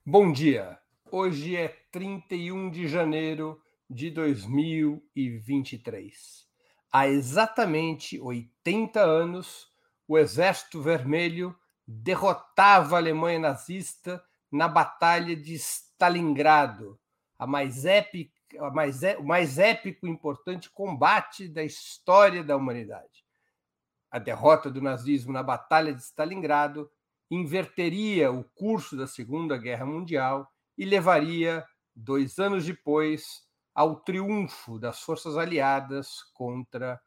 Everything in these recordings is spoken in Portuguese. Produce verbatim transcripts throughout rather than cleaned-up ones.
Bom dia. Hoje é trinta e um de janeiro de dois mil e vinte e três. Há exatamente oitenta anos, o Exército Vermelho derrotava a Alemanha nazista na Batalha de Stalingrado, a mais épica, a mais, é- o mais épico e importante combate da história da humanidade. A derrota do nazismo na Batalha de Stalingrado inverteria o curso da Segunda Guerra Mundial e levaria, dois anos depois, ao triunfo das forças aliadas contra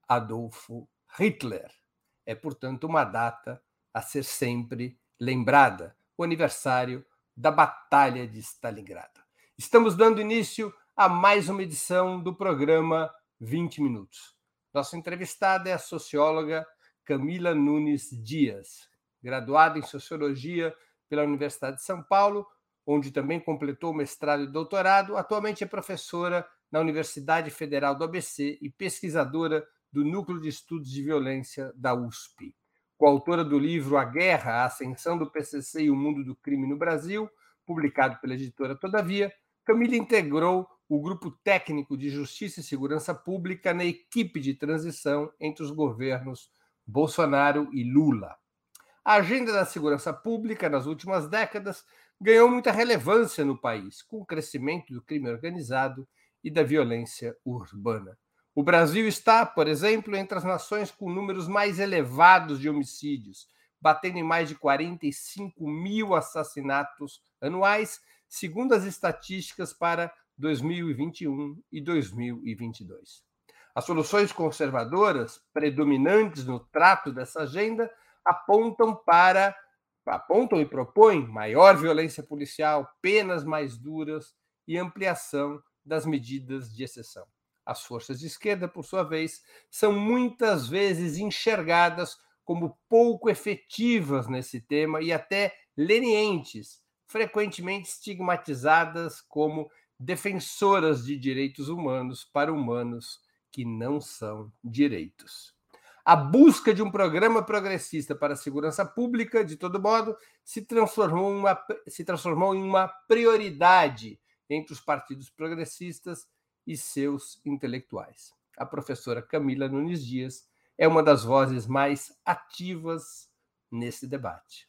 Adolfo Hitler. É, portanto, uma data a ser sempre lembrada, o aniversário da Batalha de Stalingrado. Estamos dando início a mais uma edição do programa vinte Minutos. Nossa entrevistada é a socióloga Camila Nunes Dias, graduada em Sociologia pela Universidade de São Paulo, onde também completou o mestrado e doutorado. Atualmente é professora na Universidade Federal do A B C e pesquisadora do Núcleo de Estudos de Violência da U S P. Coautora do livro A Guerra, a Ascensão do P C C e o Mundo do Crime no Brasil, publicado pela editora Todavia, Camila integrou o Grupo Técnico de Justiça e Segurança Pública na equipe de transição entre os governos Bolsonaro e Lula. A agenda da segurança pública nas últimas décadas ganhou muita relevância no país, com o crescimento do crime organizado e da violência urbana. O Brasil está, por exemplo, entre as nações com números mais elevados de homicídios, batendo em mais de quarenta e cinco mil assassinatos anuais, segundo as estatísticas para dois mil e vinte e um e dois mil e vinte e dois. As soluções conservadoras predominantes no trato dessa agenda apontam para apontam e propõem maior violência policial, penas mais duras e ampliação das medidas de exceção. As forças de esquerda, por sua vez, são muitas vezes enxergadas como pouco efetivas nesse tema e até lenientes, frequentemente estigmatizadas como defensoras de direitos humanos para humanos que não são direitos. A busca de um programa progressista para a segurança pública, de todo modo, se transformou, uma, se transformou em uma prioridade entre os partidos progressistas e seus intelectuais. A professora Camila Nunes Dias é uma das vozes mais ativas nesse debate.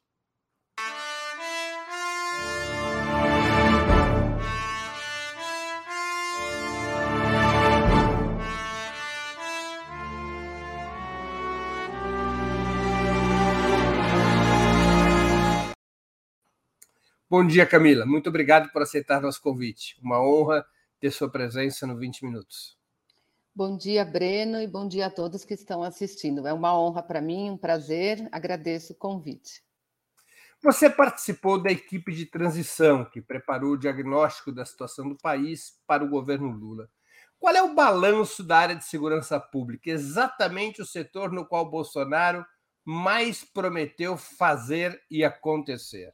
Bom dia, Camila. Muito obrigado por aceitar nosso convite. Uma honra ter sua presença no vinte Minutos. Bom dia, Breno, e bom dia a todos que estão assistindo. É uma honra para mim, um prazer. Agradeço o convite. Você participou da equipe de transição que preparou o diagnóstico da situação do país para o governo Lula. Qual é o balanço da área de segurança pública? Exatamente o setor no qual Bolsonaro mais prometeu fazer e acontecer.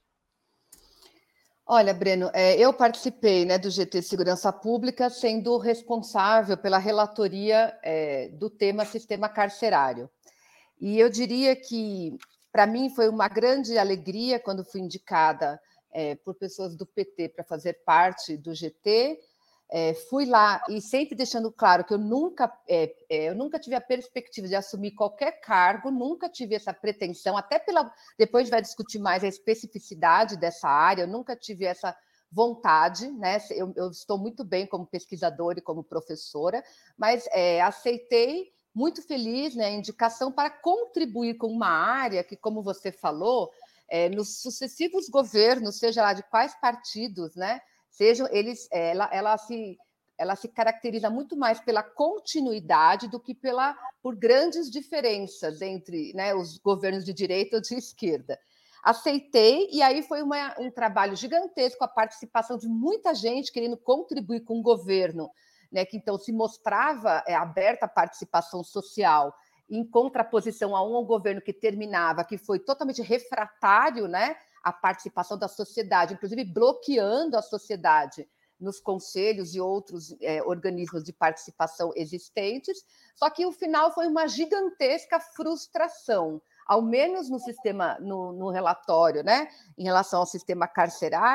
Olha, Breno, é, eu participei, né, do G T Segurança Pública, sendo responsável pela relatoria é, do tema sistema carcerário. E eu diria que, para mim, foi uma grande alegria quando fui indicada é, por pessoas do P T para fazer parte do G T. É, fui lá e sempre deixando claro que eu nunca, é, é, eu nunca tive a perspectiva de assumir qualquer cargo, nunca tive essa pretensão, até pela. Depois a gente vai discutir mais a especificidade dessa área, eu nunca tive essa vontade, né? Eu, eu estou muito bem como pesquisadora e como professora, mas é, aceitei muito feliz, né, a indicação para contribuir com uma área que, como você falou, é, nos sucessivos governos, seja lá de quais partidos, né? Sejam eles, ela, ela, se, ela se caracteriza muito mais pela continuidade do que pela, por grandes diferenças entre, né, os governos de direita ou de esquerda. Aceitei, e aí foi uma, um trabalho gigantesco, a participação de muita gente querendo contribuir com o governo, né, que então se mostrava é, aberta à participação social, em contraposição a um governo que terminava, que foi totalmente refratário, né, a participação da sociedade, inclusive bloqueando a sociedade nos conselhos e outros é, organismos de participação existentes, só que o final foi uma gigantesca frustração, ao menos no sistema, no, no relatório, né, em relação ao sistema carcerário.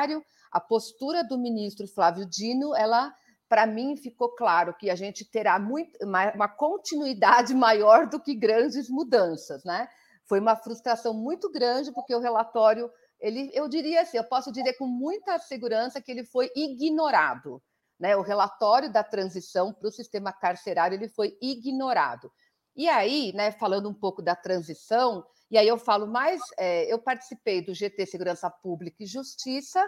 a postura do ministro Flávio Dino, ela, para mim, ficou claro que a gente terá muito, uma, uma continuidade maior do que grandes mudanças, né? Foi uma frustração muito grande, porque o relatório, ele, eu diria assim, eu posso dizer com muita segurança que ele foi ignorado, né? O relatório da transição para o sistema carcerário, ele foi ignorado. E aí, né, falando um pouco da transição, e aí eu falo mais, é, eu participei do G T Segurança Pública e Justiça,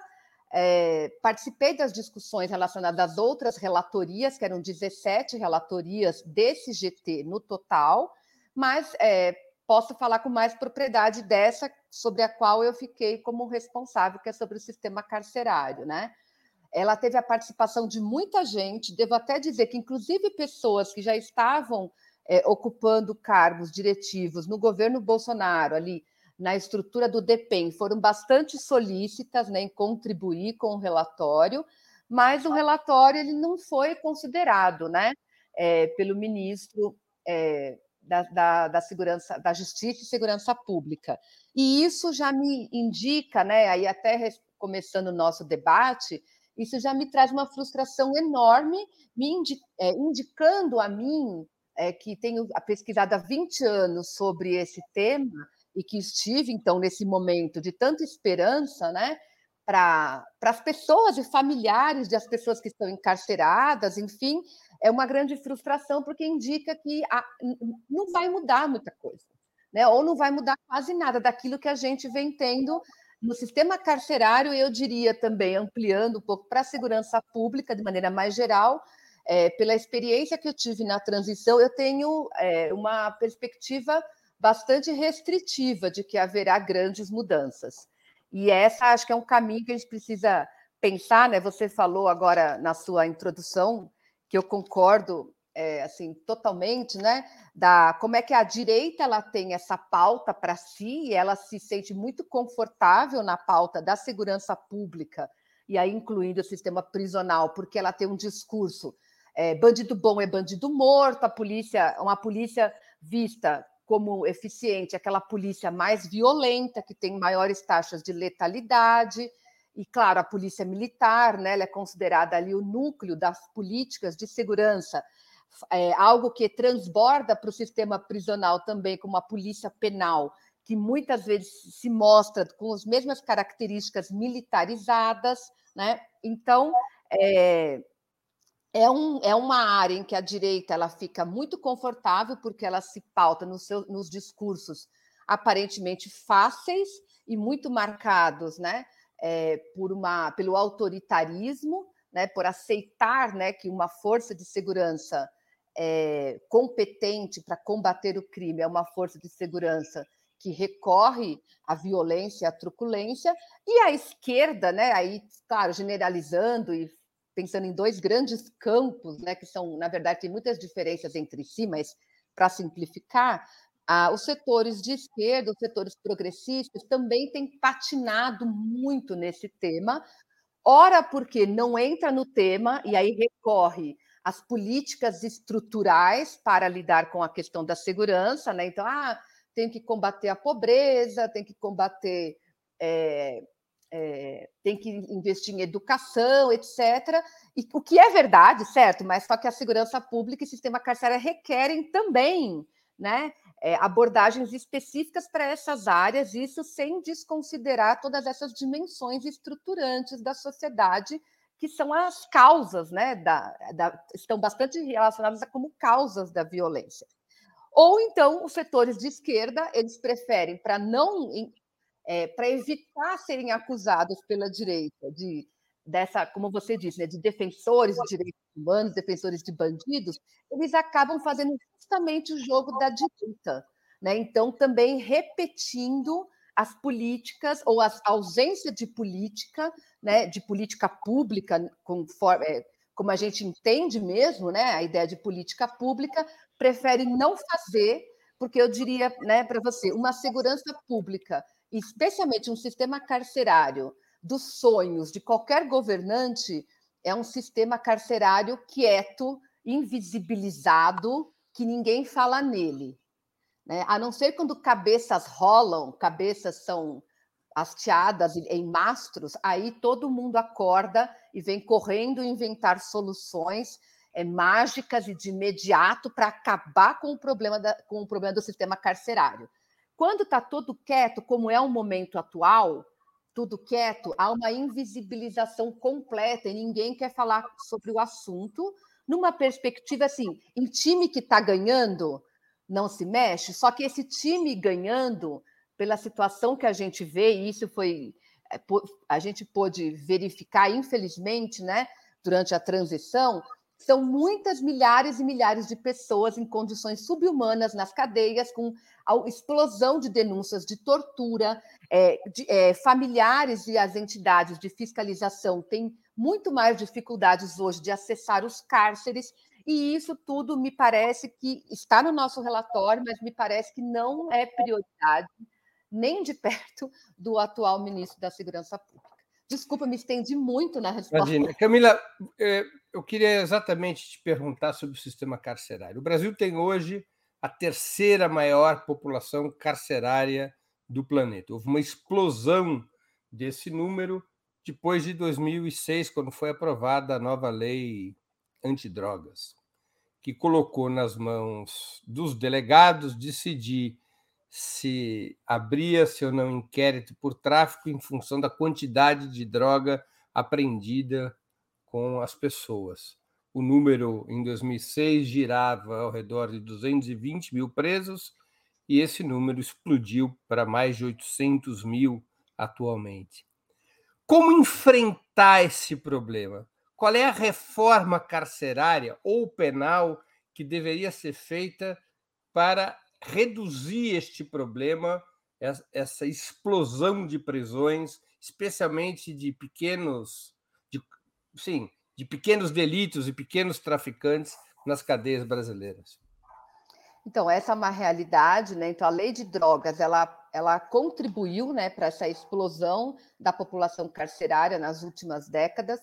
é, participei das discussões relacionadas às outras relatorias, que eram dezessete relatorias desse G T no total, mas é, posso falar com mais propriedade dessa, sobre a qual eu fiquei como responsável, que é sobre o sistema carcerário, né? Ela teve a participação de muita gente, devo até dizer que, inclusive, pessoas que já estavam é, ocupando cargos diretivos no governo Bolsonaro, ali na estrutura do DEPEN, foram bastante solícitas, né, em contribuir com o relatório, mas o relatório ele não foi considerado, né, é, pelo ministro é, da, da, da, segurança, da Justiça e Segurança Pública. E isso já me indica, né, aí até começando o nosso debate, isso já me traz uma frustração enorme, me indi é, indicando a mim, é, que tenho pesquisado há vinte anos sobre esse tema, e que estive, então, nesse momento de tanta esperança, né, para as pessoas e familiares das pessoas que estão encarceradas, enfim, é uma grande frustração, porque indica que a, não vai mudar muita coisa, né, ou não vai mudar quase nada daquilo que a gente vem tendo no sistema carcerário, eu diria também, ampliando um pouco para a segurança pública, de maneira mais geral, é, pela experiência que eu tive na transição, eu tenho é, uma perspectiva bastante restritiva de que haverá grandes mudanças. E essa acho que é um caminho que a gente precisa pensar, né? Você falou agora na sua introdução, que eu concordo é, assim, totalmente, né? Da como é que a direita ela tem essa pauta para si, e ela se sente muito confortável na pauta da segurança pública, e aí incluindo o sistema prisional, porque ela tem um discurso é, bandido bom é bandido morto, a polícia, uma polícia vista como eficiente, aquela polícia mais violenta, que tem maiores taxas de letalidade, e, claro, a polícia militar, né, ela é considerada ali o núcleo das políticas de segurança, é, algo que transborda para o sistema prisional também, como a polícia penal, que muitas vezes se mostra com as mesmas características militarizadas, né? Então, é, É, um, é uma área em que a direita ela fica muito confortável, porque ela se pauta no seu, nos discursos aparentemente fáceis e muito marcados, né, é, por uma, pelo autoritarismo, né, por aceitar, né, que uma força de segurança é, competente para combater o crime é uma força de segurança que recorre à violência e à truculência, e a esquerda, né, aí, claro, generalizando e pensando em dois grandes campos, né, que são, na verdade, tem muitas diferenças entre si, mas, para simplificar, ah, os setores de esquerda, os setores progressistas, também têm patinado muito nesse tema, ora porque não entra no tema, e aí recorre às políticas estruturais para lidar com a questão da segurança, né? Então, ah, tem que combater a pobreza, tem que combater... É, É, tem que investir em educação, etcétera. E o que é verdade, certo? Mas só que a segurança pública e o sistema carcerário requerem também, né, é, abordagens específicas para essas áreas, isso sem desconsiderar todas essas dimensões estruturantes da sociedade, que são as causas, né, da, da, estão bastante relacionadas a como causas da violência. Ou então, os setores de esquerda, eles preferem, para não é, para evitar serem acusados pela direita de dessa, como você disse, né, de defensores de direitos humanos, defensores de bandidos, eles acabam fazendo justamente o jogo da direita, né? Então, também repetindo as políticas ou a ausência de política, né, de política pública, conforme, é, como a gente entende mesmo, né, a ideia de política pública, prefere não fazer, porque eu diria, né, para você, uma segurança pública, especialmente um sistema carcerário dos sonhos de qualquer governante, é um sistema carcerário quieto, invisibilizado, que ninguém fala nele, né? A não ser quando cabeças rolam, cabeças são hasteadas em mastros, aí todo mundo acorda e vem correndo inventar soluções é, mágicas e de imediato para acabar com o, problema da, com o problema do sistema carcerário. Quando está tudo quieto, como é o momento atual, tudo quieto, há uma invisibilização completa e ninguém quer falar sobre o assunto, numa perspectiva assim, em time que está ganhando, não se mexe, só que esse time ganhando, pela situação que a gente vê, e isso foi, a gente pôde verificar, infelizmente, né, durante a transição, são muitas milhares e milhares de pessoas em condições subhumanas nas cadeias, com a explosão de denúncias de tortura, é, de, é, familiares e as entidades de fiscalização têm muito mais dificuldades hoje de acessar os cárceres, e isso tudo me parece que está no nosso relatório, mas me parece que não é prioridade, nem de perto, do atual ministro da Segurança Pública. Desculpa, me estendi muito na resposta. Imagina. Camila, eu queria exatamente te perguntar sobre o sistema carcerário. O Brasil tem hoje a terceira maior população carcerária do planeta. Houve uma explosão desse número depois de dois mil e seis, quando foi aprovada a nova lei antidrogas, que colocou nas mãos dos delegados decidir se abria-se ou não inquérito por tráfico em função da quantidade de droga apreendida com as pessoas. O número, em dois mil e seis, girava ao redor de duzentos e vinte mil presos, e esse número explodiu para mais de oitocentos mil atualmente. Como enfrentar esse problema? Qual é a reforma carcerária ou penal que deveria ser feita para reduzir este problema, essa explosão de prisões, especialmente de pequenos, de, sim, de pequenos delitos e pequenos traficantes nas cadeias brasileiras? Então, essa é uma realidade, né? Então, a lei de drogas, ela, ela contribuiu, né, para essa explosão da população carcerária nas últimas décadas,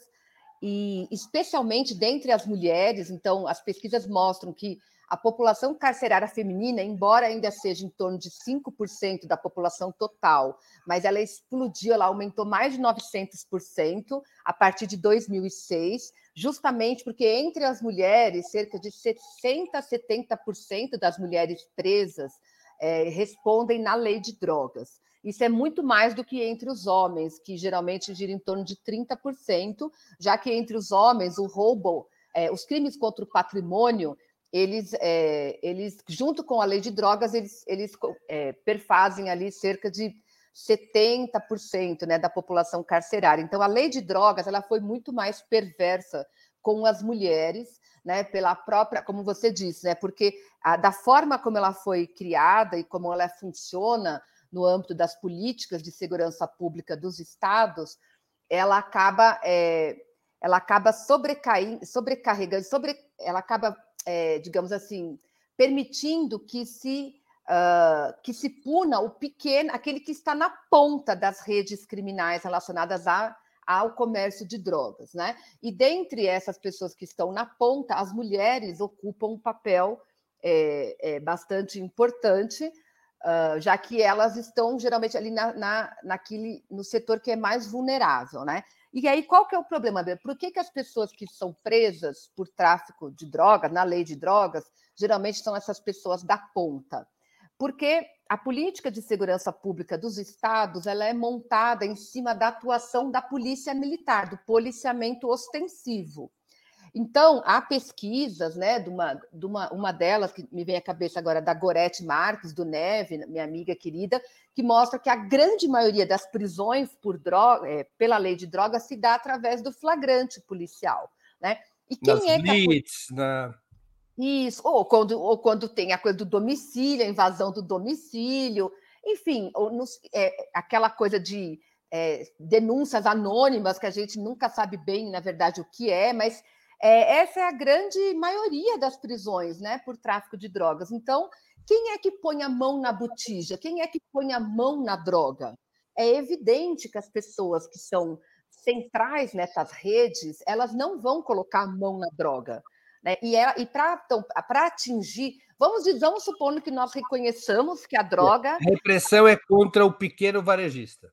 e especialmente dentre as mulheres. Então, as pesquisas mostram que a população carcerária feminina, embora ainda seja em torno de cinco por cento da população total, mas ela explodiu, ela aumentou mais de novecentos por cento a partir de dois mil e seis, justamente porque entre as mulheres, cerca de sessenta a setenta por cento das mulheres presas é, respondem na lei de drogas. Isso é muito mais do que entre os homens, que geralmente gira em torno de trinta por cento, já que entre os homens o roubo, é, os crimes contra o patrimônio, eles, é, eles, junto com a lei de drogas, eles, eles é, perfazem ali cerca de setenta por cento, né, da população carcerária. Então, a lei de drogas ela foi muito mais perversa com as mulheres, né, pela própria, como você disse, né, porque a, da forma como ela foi criada e como ela funciona no âmbito das políticas de segurança pública dos estados, ela acaba, é, ela acaba sobrecaindo, sobrecarregando, sobre, ela acaba É, digamos assim, permitindo que se, uh, que se puna o pequeno, aquele que está na ponta das redes criminais relacionadas a, ao comércio de drogas, né? E dentre essas pessoas que estão na ponta, as mulheres ocupam um papel é, é, bastante importante, uh, já que elas estão geralmente ali na, na, naquele, no setor que é mais vulnerável, né? E aí, qual que é o problema? Por que, que as pessoas que são presas por tráfico de drogas, na lei de drogas, geralmente são essas pessoas da ponta? Porque a política de segurança pública dos estados ela é montada em cima da atuação da polícia militar, do policiamento ostensivo. Então, há pesquisas, né, de uma, de uma, uma delas, que me vem à cabeça agora, da Gorete Marques, do Neve, minha amiga querida, que mostra que a grande maioria das prisões por droga, é, pela lei de drogas se dá através do flagrante policial, né? E quem Nas é blitz, que a... na... Isso, ou quando, ou quando tem a coisa do domicílio, a invasão do domicílio, enfim, ou nos, é, aquela coisa de é, denúncias anônimas que a gente nunca sabe bem, na verdade, o que é, mas é, essa é a grande maioria das prisões, né, por tráfico de drogas. Então, quem é que põe a mão na botija? Quem é que põe a mão na droga? É evidente que as pessoas que são centrais nessas redes, elas não vão colocar a mão na droga. Né? E, é, e para então, atingir, vamos, vamos supondo que nós reconheçamos que a droga... A repressão é contra o pequeno varejista.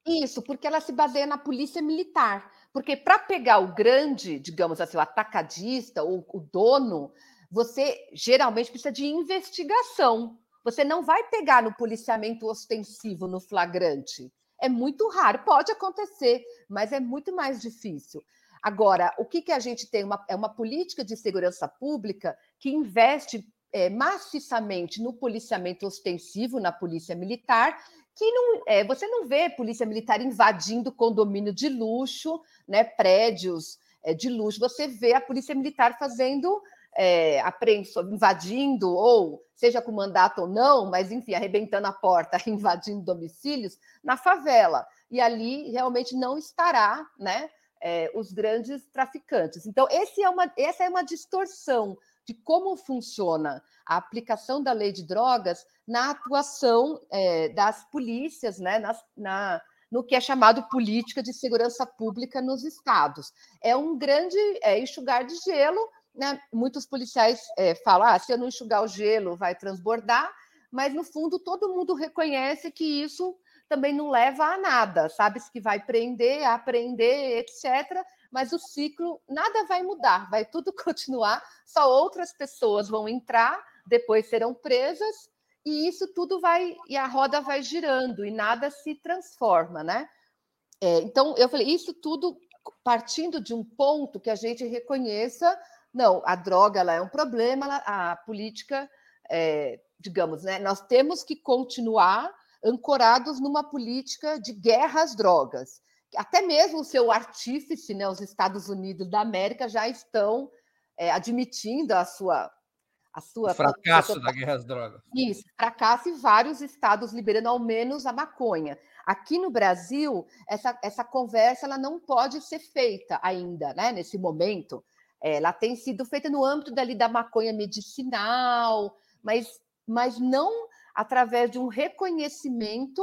Isso, porque ela se baseia na polícia militar. Porque para pegar o grande, digamos assim, o atacadista ou o dono, você geralmente precisa de investigação. Você não vai pegar no policiamento ostensivo, no flagrante. É muito raro, pode acontecer, mas é muito mais difícil. Agora, o que, que a gente tem? Uma, é uma política de segurança pública que investe é, maciçamente no policiamento ostensivo, na polícia militar, que não, é, você não vê polícia militar invadindo condomínio de luxo, né, prédios é, de luxo, você vê a polícia militar fazendo é, apreensão, invadindo, ou seja com mandato ou não, mas enfim, arrebentando a porta, invadindo domicílios, na favela. E ali realmente não estará, né, é, os grandes traficantes. Então, esse é uma, essa é uma distorção de como funciona a aplicação da lei de drogas na atuação é, das polícias, né, nas, na, no que é chamado política de segurança pública nos estados. É um grande é, enxugar de gelo, né? Muitos policiais é, falam, ah, se eu não enxugar o gelo, vai transbordar, mas, no fundo, todo mundo reconhece que isso também não leva a nada, sabe-se que vai prender, apreender, etcétera, mas o ciclo, nada vai mudar, vai tudo continuar, só outras pessoas vão entrar, depois serão presas, e isso tudo vai, e a roda vai girando, e nada se transforma, né? É, então, eu falei, isso tudo partindo de um ponto que a gente reconheça, não, a droga ela é um problema, a política, é, digamos, né, nós temos que continuar ancorados numa política de guerra às drogas. Até mesmo o seu artífice, né, os Estados Unidos da América, já estão é, admitindo a sua... A sua o fracasso da guerra às drogas. Isso, fracasso, e vários estados liberando ao menos a maconha. Aqui no Brasil, essa, essa conversa ela não pode ser feita ainda, né, nesse momento. Ela tem sido feita no âmbito dali da maconha medicinal, mas, mas não através de um reconhecimento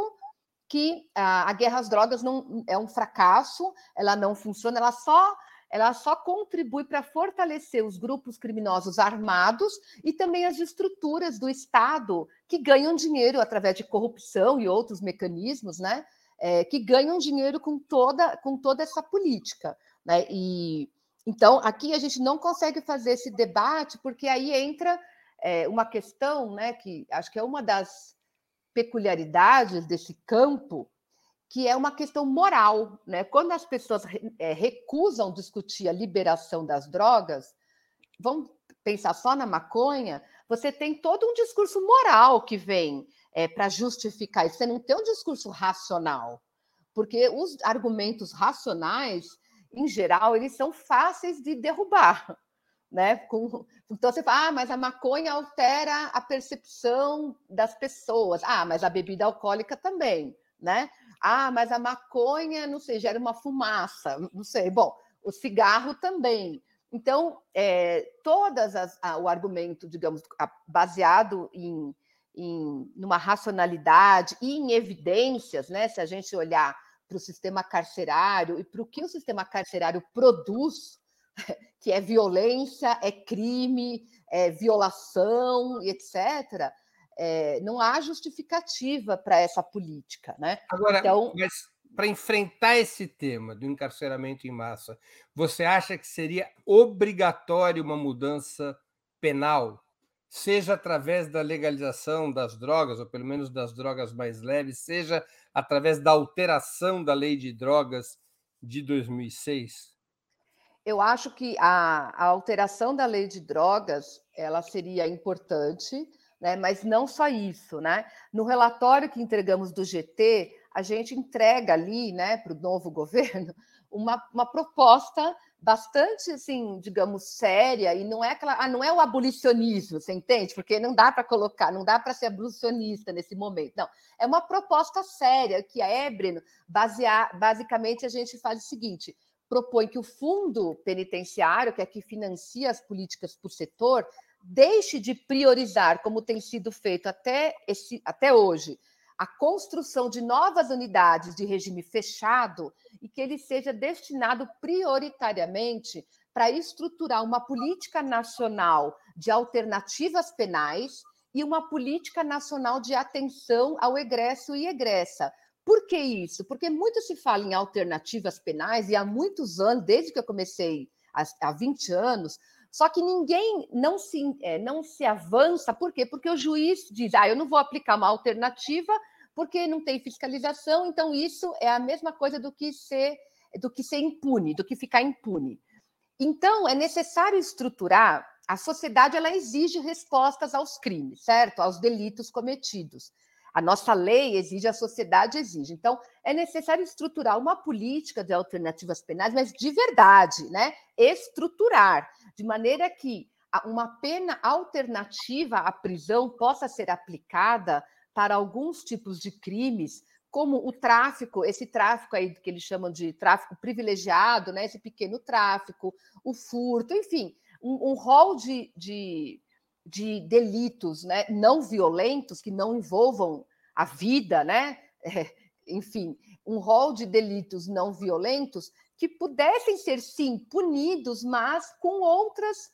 que a, a guerra às drogas não é um fracasso, ela não funciona, ela só, ela só contribui para fortalecer os grupos criminosos armados e também as estruturas do Estado que ganham dinheiro através de corrupção e outros mecanismos, né? É, que ganham dinheiro com toda, com toda essa política, né? E então aqui a gente não consegue fazer esse debate porque aí entra é, uma questão, né? Que acho que é uma das peculiaridades desse campo, que é uma questão moral, né? Quando as pessoas é, recusam discutir a liberação das drogas, vamos pensar só na maconha, você tem todo um discurso moral que vem é, para justificar isso. Você não tem um discurso racional, porque os argumentos racionais, em geral, eles são fáceis de derrubar. Né? Com... Então você fala, ah, mas a maconha altera a percepção das pessoas. Ah, mas a bebida alcoólica também, né? Ah, mas a maconha, não sei, gera uma fumaça, não sei. Bom, o cigarro também. Então, é, todas as, a, o argumento, digamos, a, baseado em, em numa racionalidade e em evidências, né? Se a gente olhar para o sistema carcerário e para o que o sistema carcerário produz, que é violência, é crime, é violação, etcétera, é, não há justificativa para essa política, né? Agora, então, mas para enfrentar esse tema do encarceramento em massa, você acha que seria obrigatório uma mudança penal, seja através da legalização das drogas, ou pelo menos das drogas mais leves, seja através da alteração da lei de drogas de dois mil e seis? Eu acho que a, a alteração da lei de drogas ela seria importante, né? Mas não só isso, né? No relatório que entregamos do G T, a gente entrega ali, né, para o novo governo, uma, uma proposta bastante, assim, digamos, séria, e não é aquela, ah, não é o abolicionismo, você entende? Porque não dá para colocar, não dá para ser abolicionista nesse momento. Não, é uma proposta séria que é, Breno, basear, basicamente a gente faz o seguinte: propõe que o fundo penitenciário, que é que financia as políticas por setor, deixe de priorizar, como tem sido feito até, esse, até hoje, a construção de novas unidades de regime fechado e que ele seja destinado prioritariamente para estruturar uma política nacional de alternativas penais e uma política nacional de atenção ao egresso e egressa, Por que isso? Porque muito se fala em alternativas penais, e há muitos anos, desde que eu comecei, há vinte anos, só que ninguém não se, é, não se avança. Por quê? Porque o juiz diz, ah, eu não vou aplicar uma alternativa porque não tem fiscalização, então isso é a mesma coisa do que ser, do que ser impune, do que ficar impune. Então, é necessário estruturar. A sociedade, ela exige respostas aos crimes, certo? Aos delitos cometidos. A nossa lei exige, a sociedade exige. Então, é necessário estruturar uma política de alternativas penais, mas de verdade, né? Estruturar, de maneira que uma pena alternativa à prisão possa ser aplicada para alguns tipos de crimes, como o tráfico, esse tráfico aí que eles chamam de tráfico privilegiado, né? Esse pequeno tráfico, o furto, enfim, um, um rol de, de, de delitos, né, não violentos, que não envolvam a vida, né? É, enfim, um rol de delitos não violentos que pudessem ser, sim, punidos, mas com outras...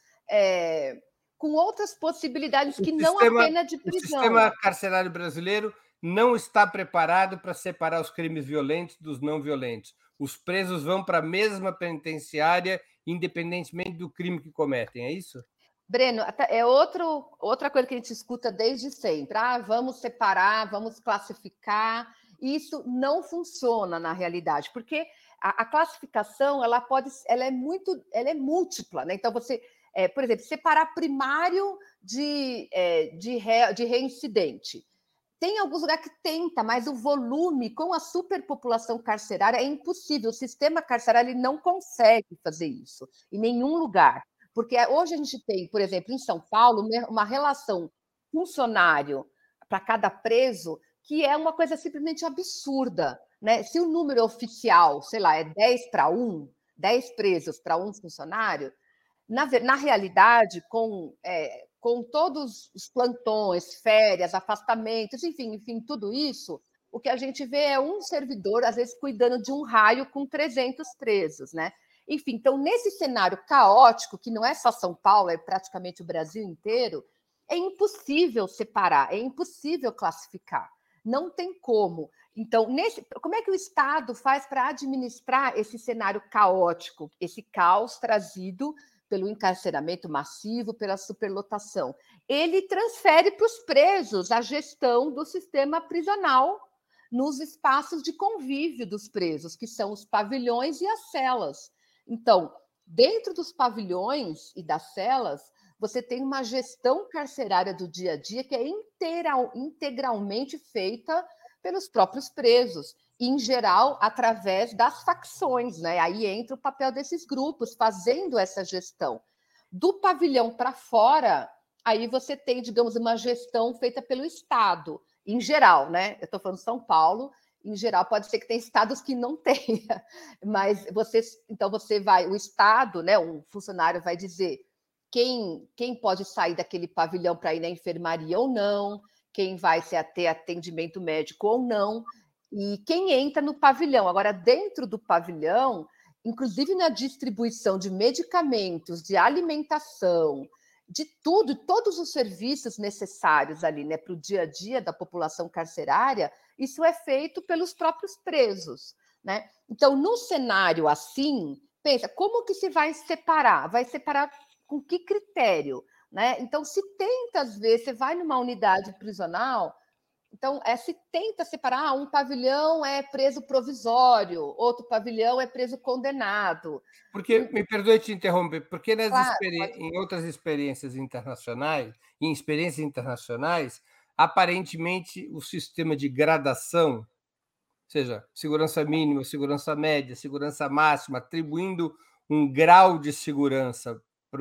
É, com outras possibilidades o que sistema, não a pena de prisão. O sistema carcerário brasileiro não está preparado para separar os crimes violentos dos não violentos. Os presos vão para a mesma penitenciária, independentemente do crime que cometem, é isso? Breno, é outro, outra coisa que a gente escuta desde sempre. Ah, vamos separar, vamos classificar. Isso não funciona na realidade, porque a, a classificação ela pode, ela é muito, ela é múltipla, né? Então você, é, por exemplo, separar primário de, é, de, re, de reincidente. Tem alguns lugares que tenta, mas o volume com a superpopulação carcerária é impossível. O sistema carcerário ele não consegue fazer isso em nenhum lugar. Porque hoje a gente tem, por exemplo, em São Paulo, uma relação funcionário para cada preso que é uma coisa simplesmente absurda, né? Se o número oficial, sei lá, é dez para um, dez presos para um funcionário, na, na realidade, com, é, com todos os plantões, férias, afastamentos, enfim, enfim, tudo isso, o que a gente vê é um servidor, às vezes, cuidando de um raio com trezentos presos, né? Enfim, então, nesse cenário caótico, que não é só São Paulo, é praticamente o Brasil inteiro, é impossível separar, é impossível classificar. Não tem como. Então, nesse, como é que o Estado faz para administrar esse cenário caótico, esse caos trazido pelo encarceramento massivo, pela superlotação? Ele transfere para os presos a gestão do sistema prisional nos espaços de convívio dos presos, que são os pavilhões e as celas. Então, dentro dos pavilhões e das celas, você tem uma gestão carcerária do dia a dia que é integral, integralmente feita pelos próprios presos, e, em geral, através das facções, né? Aí entra o papel desses grupos fazendo essa gestão. Do pavilhão para fora, aí você tem, digamos, uma gestão feita pelo Estado, em geral, né? Eu estou falando São Paulo, em geral, pode ser que tenha estados que não tenha, mas você, então você vai, o Estado, né, um funcionário vai dizer quem, quem pode sair daquele pavilhão para ir na enfermaria ou não, quem vai ter atendimento médico ou não, e quem entra no pavilhão. Agora, dentro do pavilhão, inclusive na distribuição de medicamentos, de alimentação, de tudo, todos os serviços necessários ali, né, para o dia a dia da população carcerária, isso é feito pelos próprios presos, né? Então, no cenário assim, pensa, como que se vai separar? Vai separar com que critério, né? Então, se tenta, às vezes, você vai numa unidade prisional, então, é, se tenta separar, ah, um pavilhão é preso provisório, outro pavilhão é preso condenado. Porque, me perdoe te interromper, porque nas Claro, experi... em outras experiências internacionais, em experiências internacionais, aparentemente o sistema de gradação, ou seja, segurança mínima, segurança média, segurança máxima, atribuindo um grau de segurança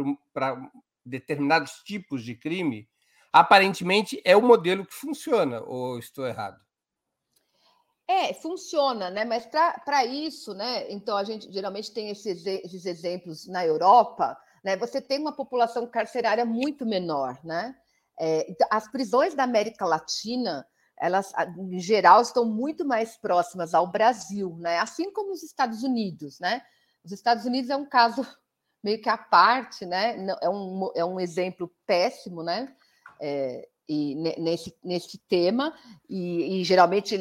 para determinados tipos de crime, aparentemente é o modelo que funciona, ou estou errado? É, funciona, né? Mas para isso, né? Então a gente geralmente tem esses, esses exemplos na Europa, né? Você tem uma população carcerária muito menor, né? É, então, as prisões da América Latina, elas, em geral, estão muito mais próximas ao Brasil, né? Assim como os Estados Unidos, né? Os Estados Unidos é um caso meio que à parte, né? É um, é um exemplo péssimo, né? É, e nesse, nesse tema, e, e geralmente ele é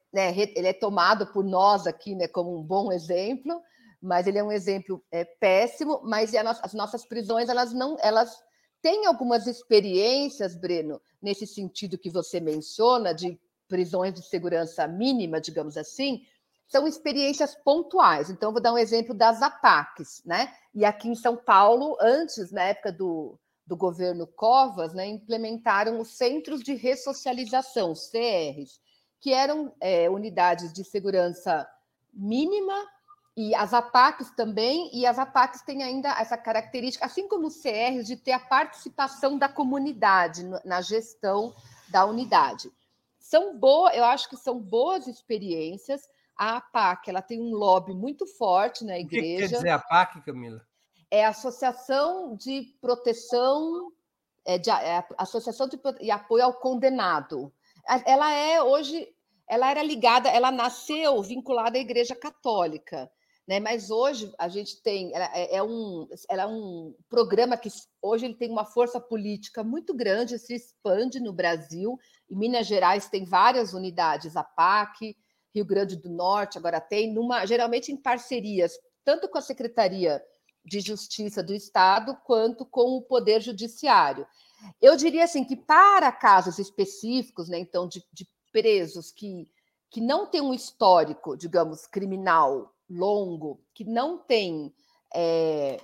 né, ele é tomado por nós aqui, né, como um bom exemplo, mas ele é um exemplo é, péssimo, mas as nossas prisões, elas não, elas têm algumas experiências, Breno, nesse sentido que você menciona, de prisões de segurança mínima, digamos assim, são experiências pontuais. Então, vou dar um exemplo das A P A Cs, né? E aqui em São Paulo, antes, na época do, do governo Covas, né, implementaram os Centros de Ressocialização, C Rs, que eram é, unidades de segurança mínima, e as A P A Cs também, e as A P A Cs têm ainda essa característica, assim como os C Rs, de ter a participação da comunidade na gestão da unidade. São boas, eu acho que são boas experiências. A APAC, ela tem um lobby muito forte na igreja. O que quer dizer a APAC, Camila? É a Associação de Proteção, é, de, é a Associação de e Apoio ao Condenado. Ela é hoje, ela era ligada, ela nasceu vinculada à Igreja Católica, né? Mas hoje a gente tem, ela é, é um, ela é um programa que hoje ele tem uma força política muito grande, se expande no Brasil. Em Minas Gerais tem várias unidades APAC, Rio Grande do Norte agora tem, numa, geralmente em parcerias, tanto com a Secretaria de Justiça do Estado, quanto com o Poder Judiciário. Eu diria assim que para casos específicos, né, então, de, de presos que, que não têm um histórico, digamos, criminal longo, que não tem, é,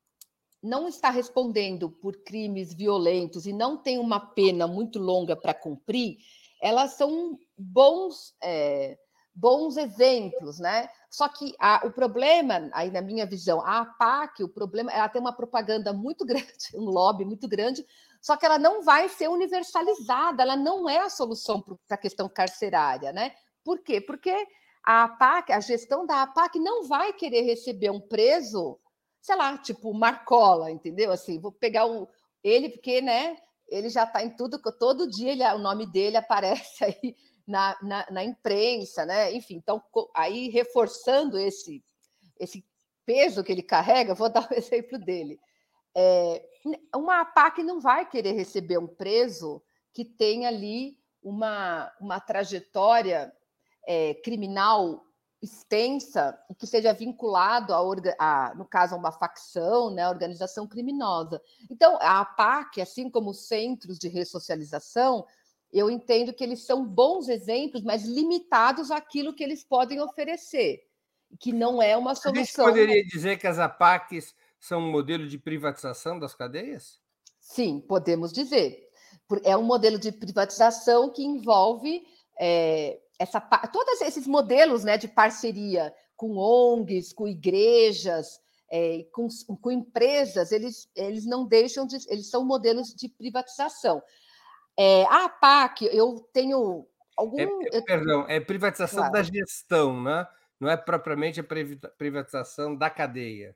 não está respondendo por crimes violentos e não tem uma pena muito longa para cumprir, elas são bons... É, bons exemplos, né? Só que a, o problema, aí na minha visão, a APAC, o problema, ela tem uma propaganda muito grande, um lobby muito grande, só que ela não vai ser universalizada, ela não é a solução para a questão carcerária, né? Por quê? Porque a APAC, a gestão da APAC não vai querer receber um preso, sei lá, tipo Marcola, entendeu? Assim, vou pegar o, ele, porque, né? Ele já está em tudo, todo dia ele, o nome dele aparece aí Na, na, na imprensa, né? Enfim, então, aí reforçando esse, esse peso que ele carrega, vou dar o um exemplo dele. É, uma APAC não vai querer receber um preso que tem ali uma, uma trajetória é, criminal extensa e que seja vinculado, a, a, no caso, a uma facção, né, a organização criminosa. Então, a APAC, assim como os centros de ressocialização, eu entendo que eles são bons exemplos, mas limitados àquilo que eles podem oferecer, que não é uma solução. A gente poderia dizer que as APACs são um modelo de privatização das cadeias? Sim, podemos dizer. É um modelo de privatização que envolve é, essa, todos esses modelos, né, de parceria com O N Gs, com igrejas, é, com, com empresas, eles, eles não deixam de... Eles são modelos de privatização. É, a APAC, eu tenho algum... É, é, perdão, é privatização claro. da gestão, né? Não é propriamente a privatização da cadeia.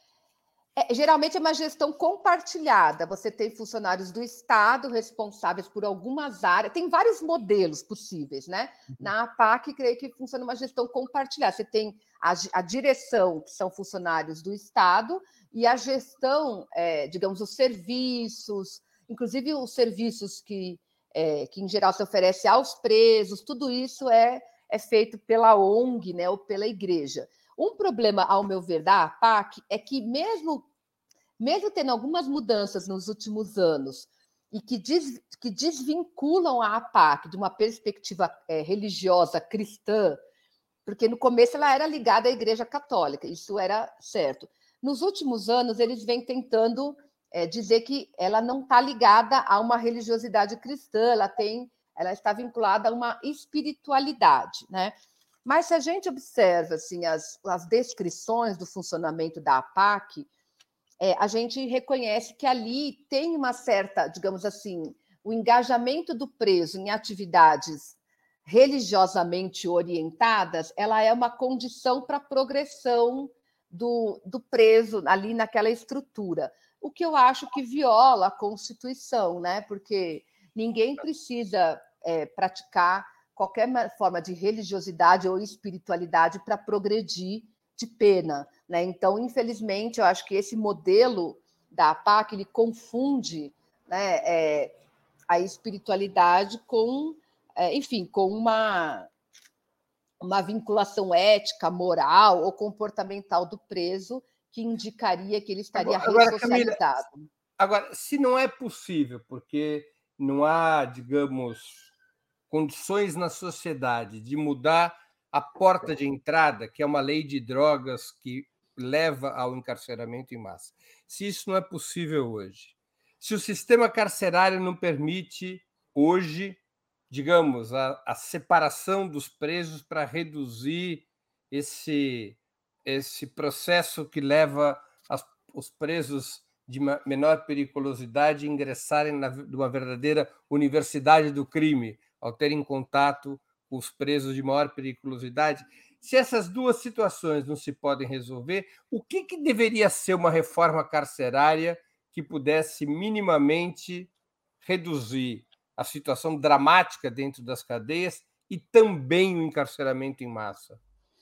É, geralmente é uma gestão compartilhada. Você tem funcionários do Estado responsáveis por algumas áreas. Tem vários modelos possíveis, né? Na APAC, creio que funciona uma gestão compartilhada. Você tem a, a direção, que são funcionários do Estado, e a gestão, é, digamos, os serviços, inclusive os serviços que, é, que em geral se oferece aos presos, tudo isso é, é feito pela O N G, né, ou pela igreja. Um problema, ao meu ver, da APAC é que, mesmo, mesmo tendo algumas mudanças nos últimos anos e que, des, que desvinculam a APAC de uma perspectiva é, religiosa cristã, porque no começo ela era ligada à Igreja Católica, isso era certo. Nos últimos anos, eles vêm tentando é, dizer que ela não está ligada a uma religiosidade cristã, ela, tem, ela está vinculada a uma espiritualidade, né? Mas se a gente observa assim, as, as descrições do funcionamento da APAC, é, a gente reconhece que ali tem uma certa, digamos assim, o engajamento do preso em atividades religiosamente orientadas, ela é uma condição para a progressão do, do preso ali naquela estrutura. O que eu acho que viola a Constituição, né? Porque ninguém precisa é, praticar qualquer forma de religiosidade ou espiritualidade para progredir de pena, né? Então, infelizmente, eu acho que esse modelo da APAC ele confunde, né, é, a espiritualidade com, é, enfim, com uma uma vinculação ética, moral ou comportamental do preso que indicaria que ele estaria Agora, agora, ressocializado. Camila, agora, se não é possível, porque não há, digamos, condições na sociedade de mudar a porta de entrada, que é uma lei de drogas que leva ao encarceramento em massa. Se isso não é possível hoje, se o sistema carcerário não permite hoje, digamos, a, a separação dos presos para reduzir esse, esse processo que leva as, os presos de menor periculosidade a ingressarem na, numa verdadeira universidade do crime, ao terem contato com os presos de maior periculosidade. Se essas duas situações não se podem resolver, o que, que deveria ser uma reforma carcerária que pudesse minimamente reduzir a situação dramática dentro das cadeias e também o encarceramento em massa?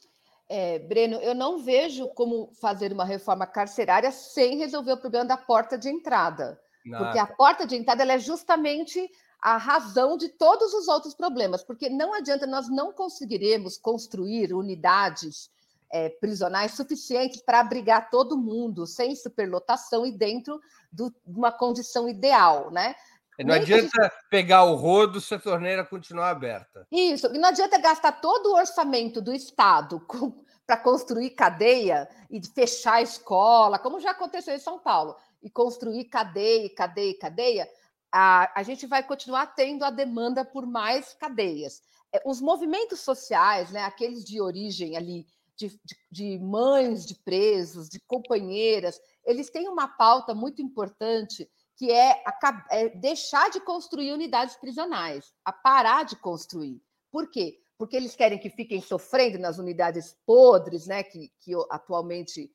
É, Breno, eu não vejo como fazer uma reforma carcerária sem resolver o problema da porta de entrada, porque a porta de entrada ela é justamente a razão de todos os outros problemas, porque não adianta, nós não conseguiremos construir unidades é, prisionais suficientes para abrigar todo mundo, sem superlotação e dentro do, de uma condição ideal, né? Não Nem adianta gente... pegar o rodo se a torneira continuar aberta. Isso, e não adianta gastar todo o orçamento do Estado para construir cadeia e fechar a escola, como já aconteceu em São Paulo, e construir cadeia, cadeia, cadeia, a, a gente vai continuar tendo a demanda por mais cadeias. Os movimentos sociais, né, aqueles de origem ali, de, de, de mães de presos, de companheiras, eles têm uma pauta muito importante que é, a, é deixar de construir unidades prisionais, a parar de construir. Por quê? Porque eles querem que fiquem sofrendo nas unidades podres, né, que, que atualmente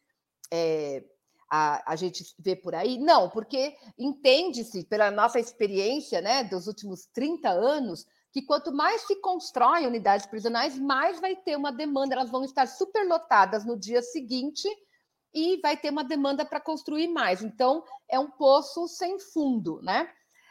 é, a, a gente vê por aí? Não, porque entende-se, pela nossa experiência, né, dos últimos trinta anos, que quanto mais se constrói unidades prisionais, mais vai ter uma demanda, elas vão estar superlotadas no dia seguinte e vai ter uma demanda para construir mais. Então, é um poço sem fundo, né?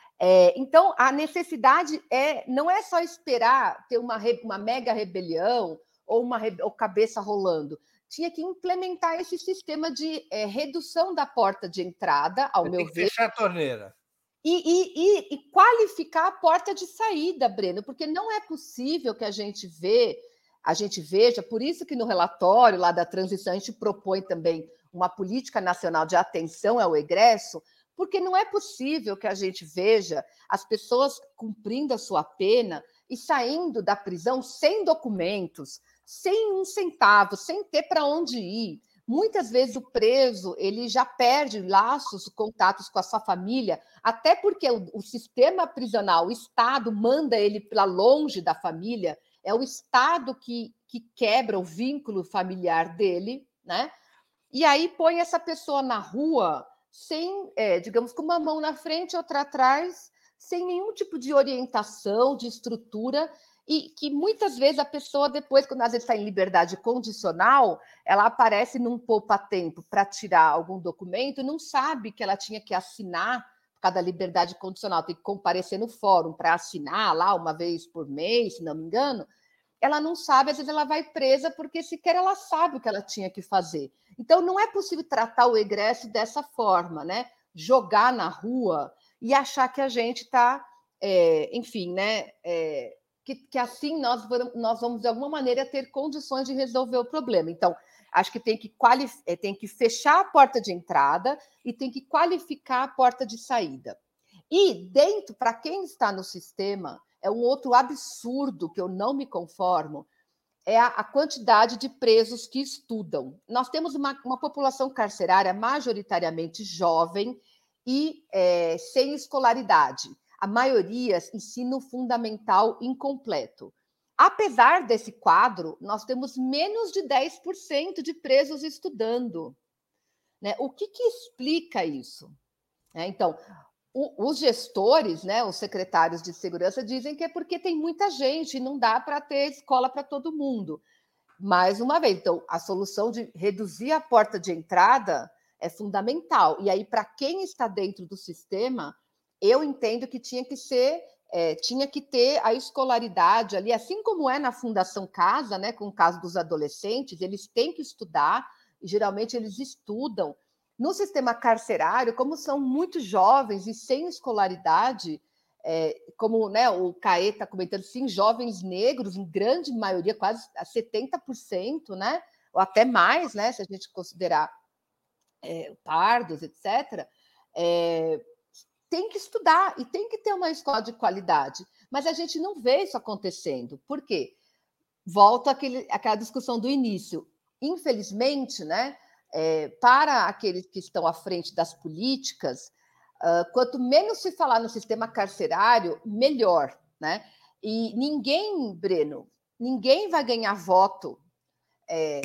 É, então, a necessidade é não é só esperar ter uma, uma mega rebelião ou uma ou cabeça rolando. Tinha que implementar esse sistema de é, redução da porta de entrada, ao meu ver. Tem que fechar a torneira. E, e, e qualificar a porta de saída, Breno, porque não é possível que a gente vê, a gente veja, por isso que no relatório lá da transição a gente propõe também uma política nacional de atenção ao egresso, porque não é possível que a gente veja as pessoas cumprindo a sua pena e saindo da prisão sem documentos, sem um centavo, sem ter para onde ir. Muitas vezes o preso ele já perde laços, contatos com a sua família, até porque o, o sistema prisional, o Estado manda ele para longe da família, é o Estado que, que quebra o vínculo familiar dele, né? E aí põe essa pessoa na rua sem, é, digamos, com uma mão na frente e outra atrás, sem nenhum tipo de orientação, de estrutura, e que muitas vezes a pessoa depois, quando às vezes está em liberdade condicional, ela aparece num poupa-tempo para tirar algum documento e não sabe que ela tinha que assinar por causa da liberdade condicional, tem que comparecer no fórum para assinar lá uma vez por mês, se não me engano. Ela não sabe, às vezes ela vai presa porque sequer ela sabe o que ela tinha que fazer. Então, não é possível tratar o egresso dessa forma, né? Jogar na rua e achar que a gente está, é, enfim, né? É, que, que assim nós, nós vamos, de alguma maneira, ter condições de resolver o problema. Então, acho que tem que, qualif- tem que fechar a porta de entrada e tem que qualificar a porta de saída. E dentro, para quem está no sistema, é um outro absurdo que eu não me conformo, é a, a quantidade de presos que estudam. Nós temos uma, uma população carcerária majoritariamente jovem e é, sem escolaridade. A maioria, ensino fundamental incompleto. Apesar desse quadro, nós temos menos de dez por cento de presos estudando. Né? O que, que explica isso? É, então, os gestores, né, os secretários de segurança dizem que é porque tem muita gente e não dá para ter escola para todo mundo. Mais uma vez, então, a solução de reduzir a porta de entrada é fundamental. E aí, para quem está dentro do sistema, eu entendo que tinha que ser é, tinha que ter a escolaridade ali, assim como é na Fundação Casa, né, com o caso dos adolescentes, eles têm que estudar, e geralmente eles estudam. No sistema carcerário, como são muito jovens e sem escolaridade, é, como, né, o Caê está comentando, sim, jovens negros, em grande maioria, quase setenta por cento, né, ou até mais, né, se a gente considerar é, pardos, etcétera, é, tem que estudar e tem que ter uma escola de qualidade. Mas a gente não vê isso acontecendo. Por quê? Volto àquele, àquela discussão do início. Infelizmente, né, é, para aqueles que estão à frente das políticas, uh, quanto menos se falar no sistema carcerário, melhor. Né? E ninguém, Breno, ninguém vai ganhar voto é,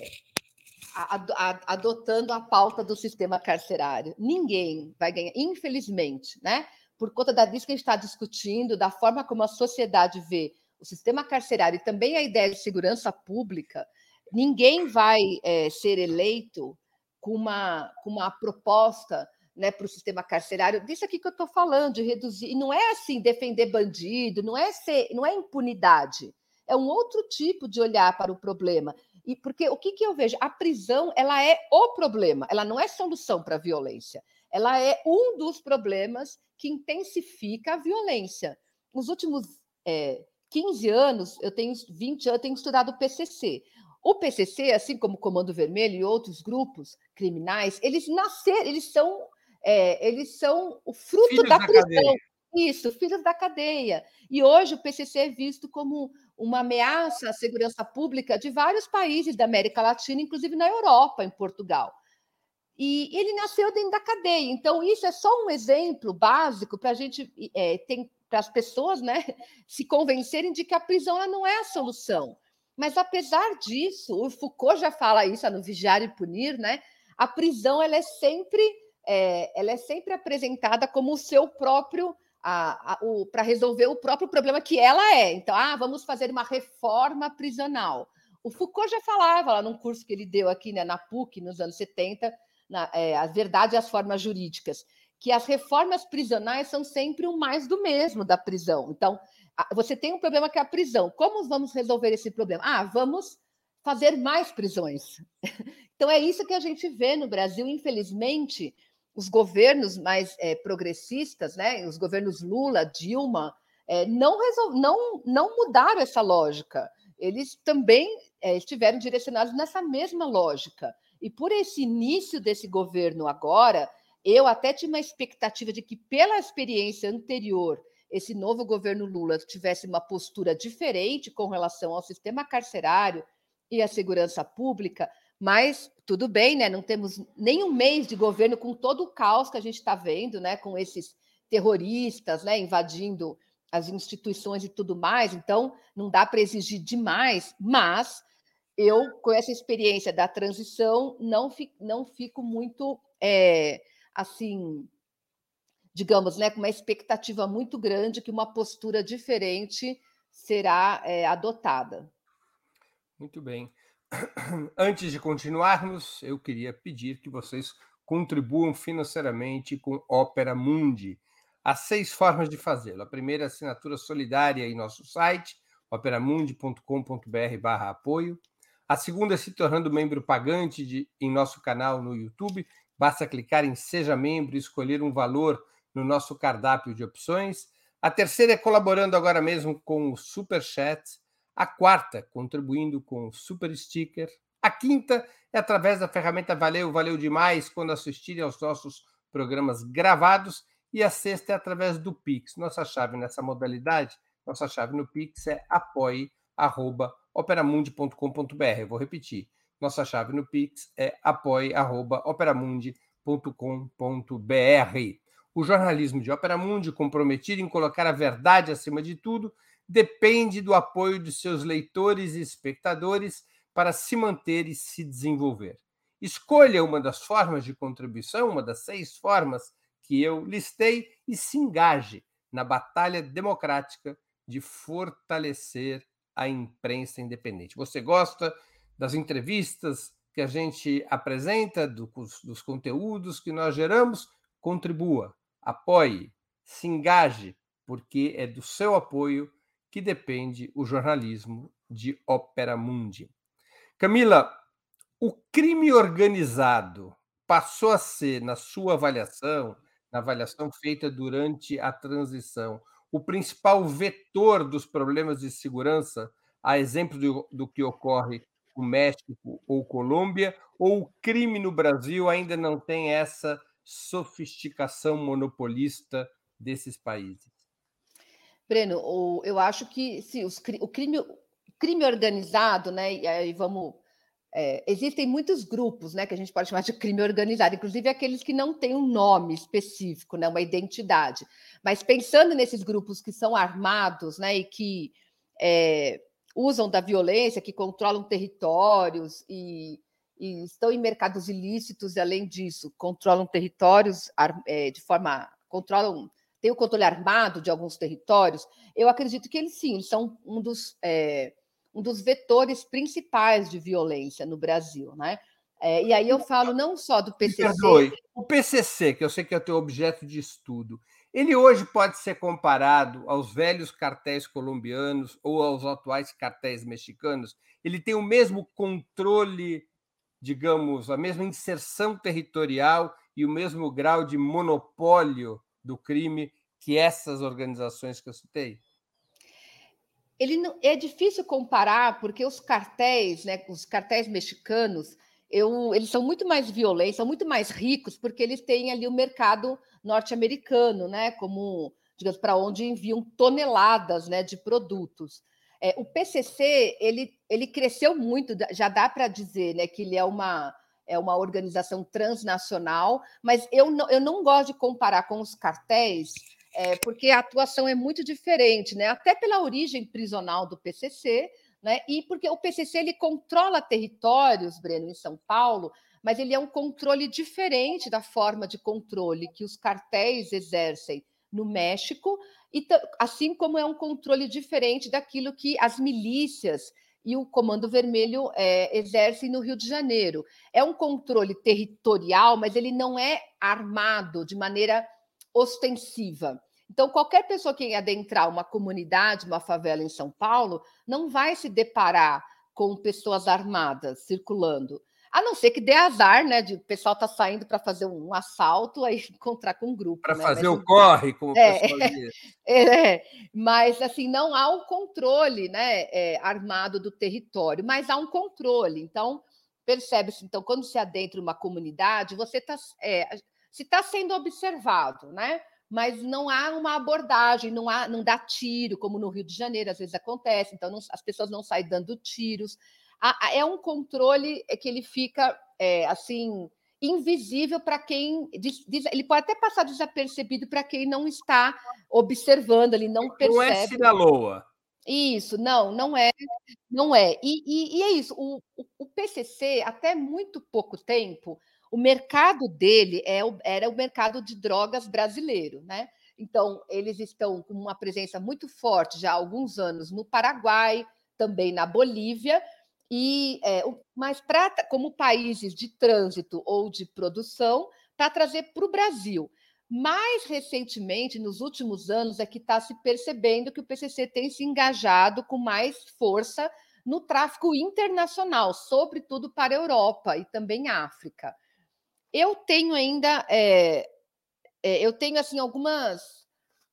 adotando a pauta do sistema carcerário. Ninguém vai ganhar, infelizmente, né? Por conta disso que a gente está discutindo, da forma como a sociedade vê o sistema carcerário e também a ideia de segurança pública, ninguém vai é, ser eleito com uma, com uma proposta, né, para o sistema carcerário, disso aqui que eu estou falando, de reduzir. E não é assim defender bandido, não é ser, não é impunidade. É um outro tipo de olhar para o problema. E porque o que, que eu vejo? A prisão, ela é o problema, ela não é solução para a violência. Ela é um dos problemas que intensifica a violência. Nos últimos é, quinze anos, eu tenho vinte anos, eu tenho estudado o P C C. O P C C, assim como o Comando Vermelho e outros grupos criminais, eles nasceram, eles são, é, eles são o fruto Filhos da da prisão. cadeia. Isso, filhos da cadeia. E hoje o P C C é visto como uma ameaça à segurança pública de vários países da América Latina, inclusive na Europa, em Portugal. E ele nasceu dentro da cadeia. Então, isso é só um exemplo básico para a gente, é, para as pessoas, né, se convencerem de que a prisão ela não é a solução. Mas, apesar disso, o Foucault já fala isso no Vigiar e Punir, né? A prisão ela é sempre, é, ela é sempre apresentada como o seu próprio para resolver o próprio problema que ela é. Então, ah, vamos fazer uma reforma prisional. O Foucault já falava lá num curso que ele deu aqui, né, na P U C, nos anos setenta, na, é, a verdade e as formas jurídicas, que as reformas prisionais são sempre o mais do mesmo da prisão. Então, você tem um problema que é a prisão. Como vamos resolver esse problema? Ah, vamos fazer mais prisões. Então, é isso que a gente vê no Brasil, infelizmente. Os governos mais é, progressistas, né, os governos Lula, Dilma, é, não, resol... não, não mudaram essa lógica. Eles também é, estiveram direcionados nessa mesma lógica. E por esse início desse governo agora, eu até tinha uma expectativa de que, pela experiência anterior, esse novo governo Lula tivesse uma postura diferente com relação ao sistema carcerário e à segurança pública, mas tudo bem, né? Não temos nem um mês de governo com todo o caos que a gente está vendo, né? Com esses terroristas, né? Invadindo as instituições e tudo mais. Então, não dá para exigir demais, mas eu, com essa experiência da transição, não fico, não fico muito, é, assim, digamos, né? Com uma expectativa muito grande que uma postura diferente será é, adotada. Muito bem. Antes de continuarmos, eu queria pedir que vocês contribuam financeiramente com Opera Mundi. Há seis formas de fazê-lo. A primeira é a assinatura solidária em nosso site, operamundi ponto com ponto br barra apoio. A segunda é se tornando membro pagante de, em nosso canal no YouTube. Basta clicar em Seja Membro e escolher um valor no nosso cardápio de opções. A terceira é colaborando agora mesmo com o Super Chat. A quarta, contribuindo com o Super Sticker. A quinta é através da ferramenta Valeu, Valeu Demais, quando assistirem aos nossos programas gravados. E a sexta é através do Pix. Nossa chave nessa modalidade, nossa chave no Pix é apoie arroba operamundi ponto com ponto br. Eu vou repetir. Nossa chave no Pix é apoie arroba operamundi ponto com ponto br. O jornalismo de Opera Mundi, comprometido em colocar a verdade acima de tudo, depende do apoio de seus leitores e espectadores para se manter e se desenvolver. Escolha uma das formas de contribuição, uma das seis formas que eu listei, e se engaje na batalha democrática de fortalecer a imprensa independente. Você gosta das entrevistas que a gente apresenta, dos, dos conteúdos que nós geramos? Contribua, apoie, se engaje porque é do seu apoio que depende o jornalismo de Opera Mundi. Camila, o crime organizado passou a ser, na sua avaliação, na avaliação feita durante a transição, o principal vetor dos problemas de segurança, a exemplo do, do que ocorre com México ou Colômbia, ou o crime no Brasil ainda não tem essa sofisticação monopolista desses países? Breno, o- eu acho que sim, os cri- o crime, crime organizado, né? E aí vamos. É, existem muitos grupos, né, que a gente pode chamar de crime organizado, inclusive aqueles que não têm um nome específico, né, uma identidade. Mas pensando nesses grupos que são armados, né, e que é, usam da violência, que controlam territórios e, e estão em mercados ilícitos, e além disso, controlam territórios é, de forma. controlam tem o controle armado de alguns territórios, eu acredito que eles sim, eles são um dos, é, um dos vetores principais de violência no Brasil, né? É, e aí eu falo não só do Me P C C. perdoe, o P C C, que eu sei que é o teu objeto de estudo, ele hoje pode ser comparado aos velhos cartéis colombianos ou aos atuais cartéis mexicanos? Ele tem o mesmo controle, digamos, a mesma inserção territorial e o mesmo grau de monopólio do crime que essas organizações que eu citei? Ele não, é difícil comparar porque os cartéis, né, os cartéis mexicanos, eu, eles são muito mais violentos, são muito mais ricos porque eles têm ali o mercado norte-americano, né, como digamos para onde enviam toneladas, né, de produtos. É, o P C C ele, ele cresceu muito, já dá para dizer, né, que ele é uma é uma organização transnacional, mas eu não, eu não gosto de comparar com os cartéis é, porque a atuação é muito diferente, né? Até pela origem prisional do P C C, né? E porque o P C C ele controla territórios, Breno, em São Paulo, mas ele é um controle diferente da forma de controle que os cartéis exercem no México, e assim como é um controle diferente daquilo que as milícias e o Comando Vermelho é, exercem no Rio de Janeiro. É um controle territorial, mas ele não é armado de maneira ostensiva. Então, qualquer pessoa que adentrar uma comunidade, uma favela em São Paulo, não vai se deparar com pessoas armadas circulando. A não ser que dê azar, né? De o pessoal tá saindo para fazer um assalto, aí encontrar com um grupo, Para né? fazer Mas o o, corre, como o é, pessoal diz. é, mas assim não há o controle, né? É, armado do território, mas há um controle. Então percebe-se, então quando se adentra uma comunidade, você está é, se está sendo observado, né? Mas não há uma abordagem, não há, não dá tiro, como no Rio de Janeiro às vezes acontece. Então não, as pessoas não saem dando tiros. Há, é um controle que ele fica é, assim invisível para quem ele pode até passar desapercebido para quem não está observando, ele não Não é percebe. Sinaloa. Isso, não, não é, não é. E, e, e é isso. O, o, o P C C até muito pouco tempo, o mercado dele é o, era o mercado de drogas brasileiro, né? Então eles estão com uma presença muito forte já há alguns anos no Paraguai, também na Bolívia. E, é, mas pra, como países de trânsito ou de produção, para trazer para o Brasil. Mais recentemente, nos últimos anos, é que está se percebendo que o P C C tem se engajado com mais força no tráfico internacional, sobretudo para a Europa e também África. Eu tenho ainda, é, é, eu tenho assim algumas,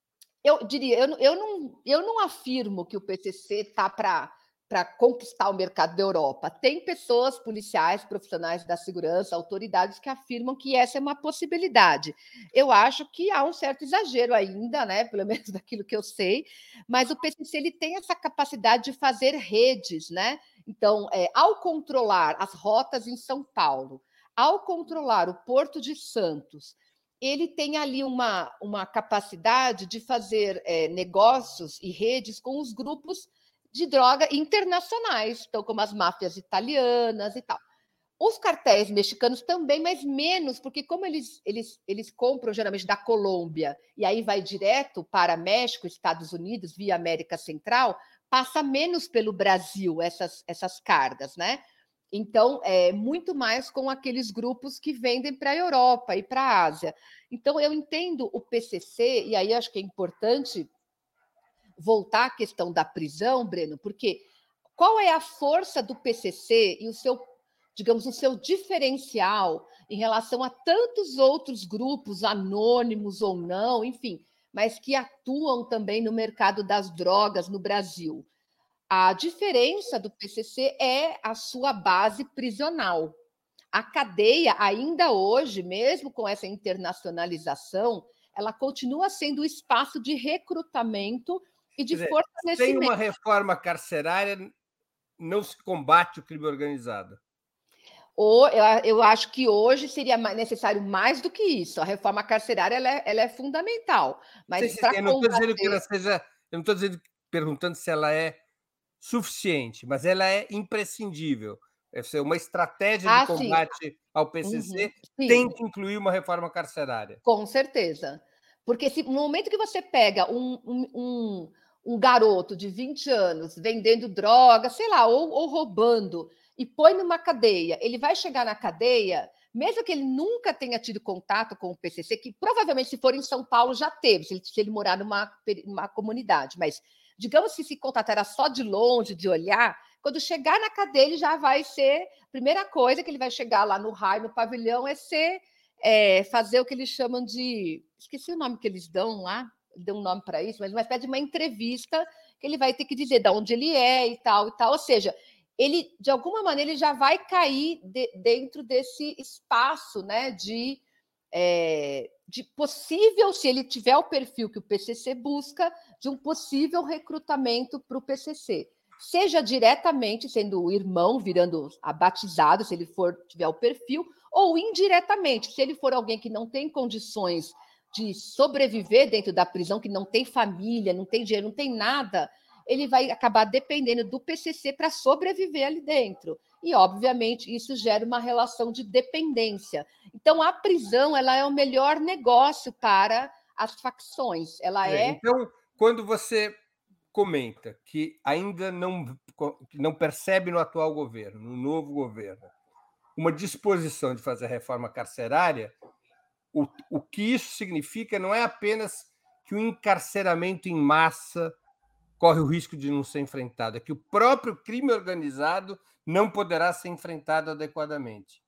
eu diria, eu, eu, não, eu não afirmo que o P C C está para para conquistar o mercado da Europa. Tem pessoas, policiais, profissionais da segurança, autoridades que afirmam que essa é uma possibilidade. Eu acho que há um certo exagero ainda, né? Pelo menos daquilo que eu sei, mas o P C C ele tem essa capacidade de fazer redes, né? Então, é, ao controlar as rotas em São Paulo, ao controlar o Porto de Santos, ele tem ali uma, uma capacidade de fazer é, negócios e redes com os grupos de droga internacionais, então como as máfias italianas e tal. Os cartéis mexicanos também, mas menos, porque como eles, eles, eles compram geralmente da Colômbia e aí vai direto para México, Estados Unidos, via América Central, passa menos pelo Brasil essas, essas cargas, né? Então, é muito mais com aqueles grupos que vendem para a Europa e para a Ásia. Então, eu entendo o P C C, e aí acho que é importante voltar à questão da prisão, Breno, porque qual é a força do P C C e o seu, digamos, o seu diferencial em relação a tantos outros grupos, anônimos ou não, enfim, mas que atuam também no mercado das drogas no Brasil? A diferença do P C C é a sua base prisional. A cadeia, ainda hoje, mesmo com essa internacionalização, ela continua sendo o espaço de recrutamento e de Quer dizer, sem fortalecimento. uma reforma carcerária, não se combate o crime organizado. Ou eu, eu acho que hoje seria necessário mais do que isso. A reforma carcerária ela é, ela é fundamental, mas Sim, sim, sim. para Eu não estou dizendo que combater. ela seja. Eu não estou dizendo, perguntando se ela é suficiente, mas ela é imprescindível. É ser uma estratégia de Ah, sim. combate ao Uhum, P C C tem sim. que incluir uma reforma carcerária. Com certeza. Porque se no momento que você pega um, um, um, um garoto de vinte anos vendendo droga, sei lá, ou, ou roubando, e põe numa cadeia, ele vai chegar na cadeia, mesmo que ele nunca tenha tido contato com o P C C, que provavelmente, se for em São Paulo, já teve, se ele, se ele morar numa, numa comunidade, mas digamos que esse contato era só de longe, de olhar, quando chegar na cadeia, ele já vai ser. A primeira coisa que ele vai chegar lá no raio, no pavilhão, é ser é, fazer o que eles chamam de. Esqueci o nome que eles dão lá, deu um nome para isso, mas uma espécie de uma entrevista que ele vai ter que dizer de onde ele é e tal e tal. Ou seja, ele, de alguma maneira, ele já vai cair de, dentro desse espaço, né, de, é, de possível, se ele tiver o perfil que o P C C busca, de um possível recrutamento para o P C C. Seja diretamente sendo o irmão, virando abatizado, se ele for tiver o perfil, ou indiretamente, se ele for alguém que não tem condições de sobreviver dentro da prisão, que não tem família, não tem dinheiro, não tem nada, ele vai acabar dependendo do P C C para sobreviver ali dentro. E, obviamente, isso gera uma relação de dependência. Então, a prisão ela é o melhor negócio para as facções. Ela é. Então, quando você comenta que ainda não, não percebe no atual governo, no novo governo, uma disposição de fazer a reforma carcerária, o, o que isso significa não é apenas que o encarceramento em massa corre o risco de não ser enfrentado, é que o próprio crime organizado não poderá ser enfrentado adequadamente.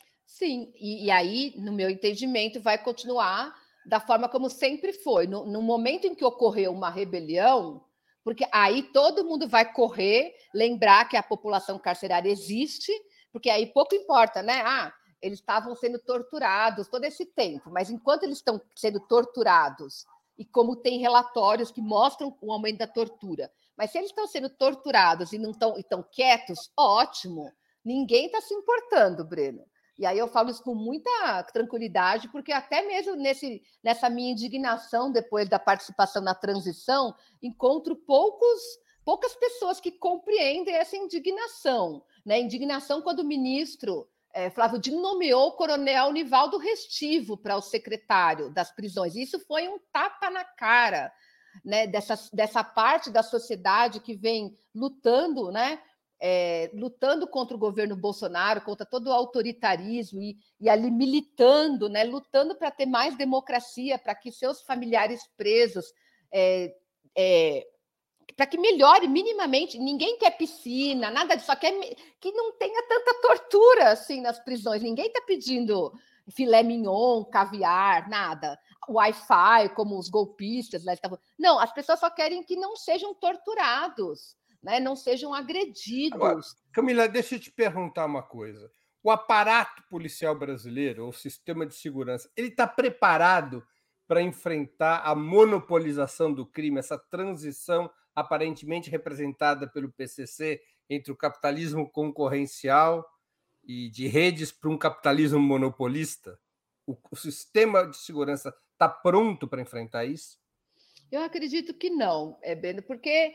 Sim, e, e aí, no meu entendimento, vai continuar da forma como sempre foi. No, no momento em que ocorreu uma rebelião, porque aí todo mundo vai correr, lembrar que a população carcerária existe, porque aí pouco importa, né? Ah, eles estavam sendo torturados todo esse tempo, mas enquanto eles estão sendo torturados, e como tem relatórios que mostram o aumento da tortura, mas se eles estão sendo torturados e não estão, estão quietos, ótimo, ninguém está se importando, Breno. E aí eu falo isso com muita tranquilidade, porque até mesmo nesse, nessa minha indignação depois da participação na transição, encontro poucos, poucas pessoas que compreendem essa indignação. Né? Indignação quando o ministro é, Flávio Dino nomeou o coronel Nivaldo Restivo para o secretário das prisões. Isso foi um tapa na cara, né, dessa, dessa parte da sociedade que vem lutando, né? É, lutando contra o governo Bolsonaro, contra todo o autoritarismo e, e ali militando, né, lutando para ter mais democracia, para que seus familiares presos, é, é, para que melhore minimamente. Ninguém quer piscina, nada disso, só quer que não tenha tanta tortura assim nas prisões. Ninguém está pedindo filé mignon, caviar, nada. Wi-Fi, como os golpistas. Né, estavam... Não, as pessoas só querem que não sejam torturados. Né, não sejam agredidos. Agora, Camila, deixa eu te perguntar uma coisa. O aparato policial brasileiro, o sistema de segurança, ele está preparado para enfrentar a monopolização do crime, essa transição aparentemente representada pelo P C C entre o capitalismo concorrencial e de redes para um capitalismo monopolista? O, o sistema de segurança está pronto para enfrentar isso? Eu acredito que não, é, Breno, porque,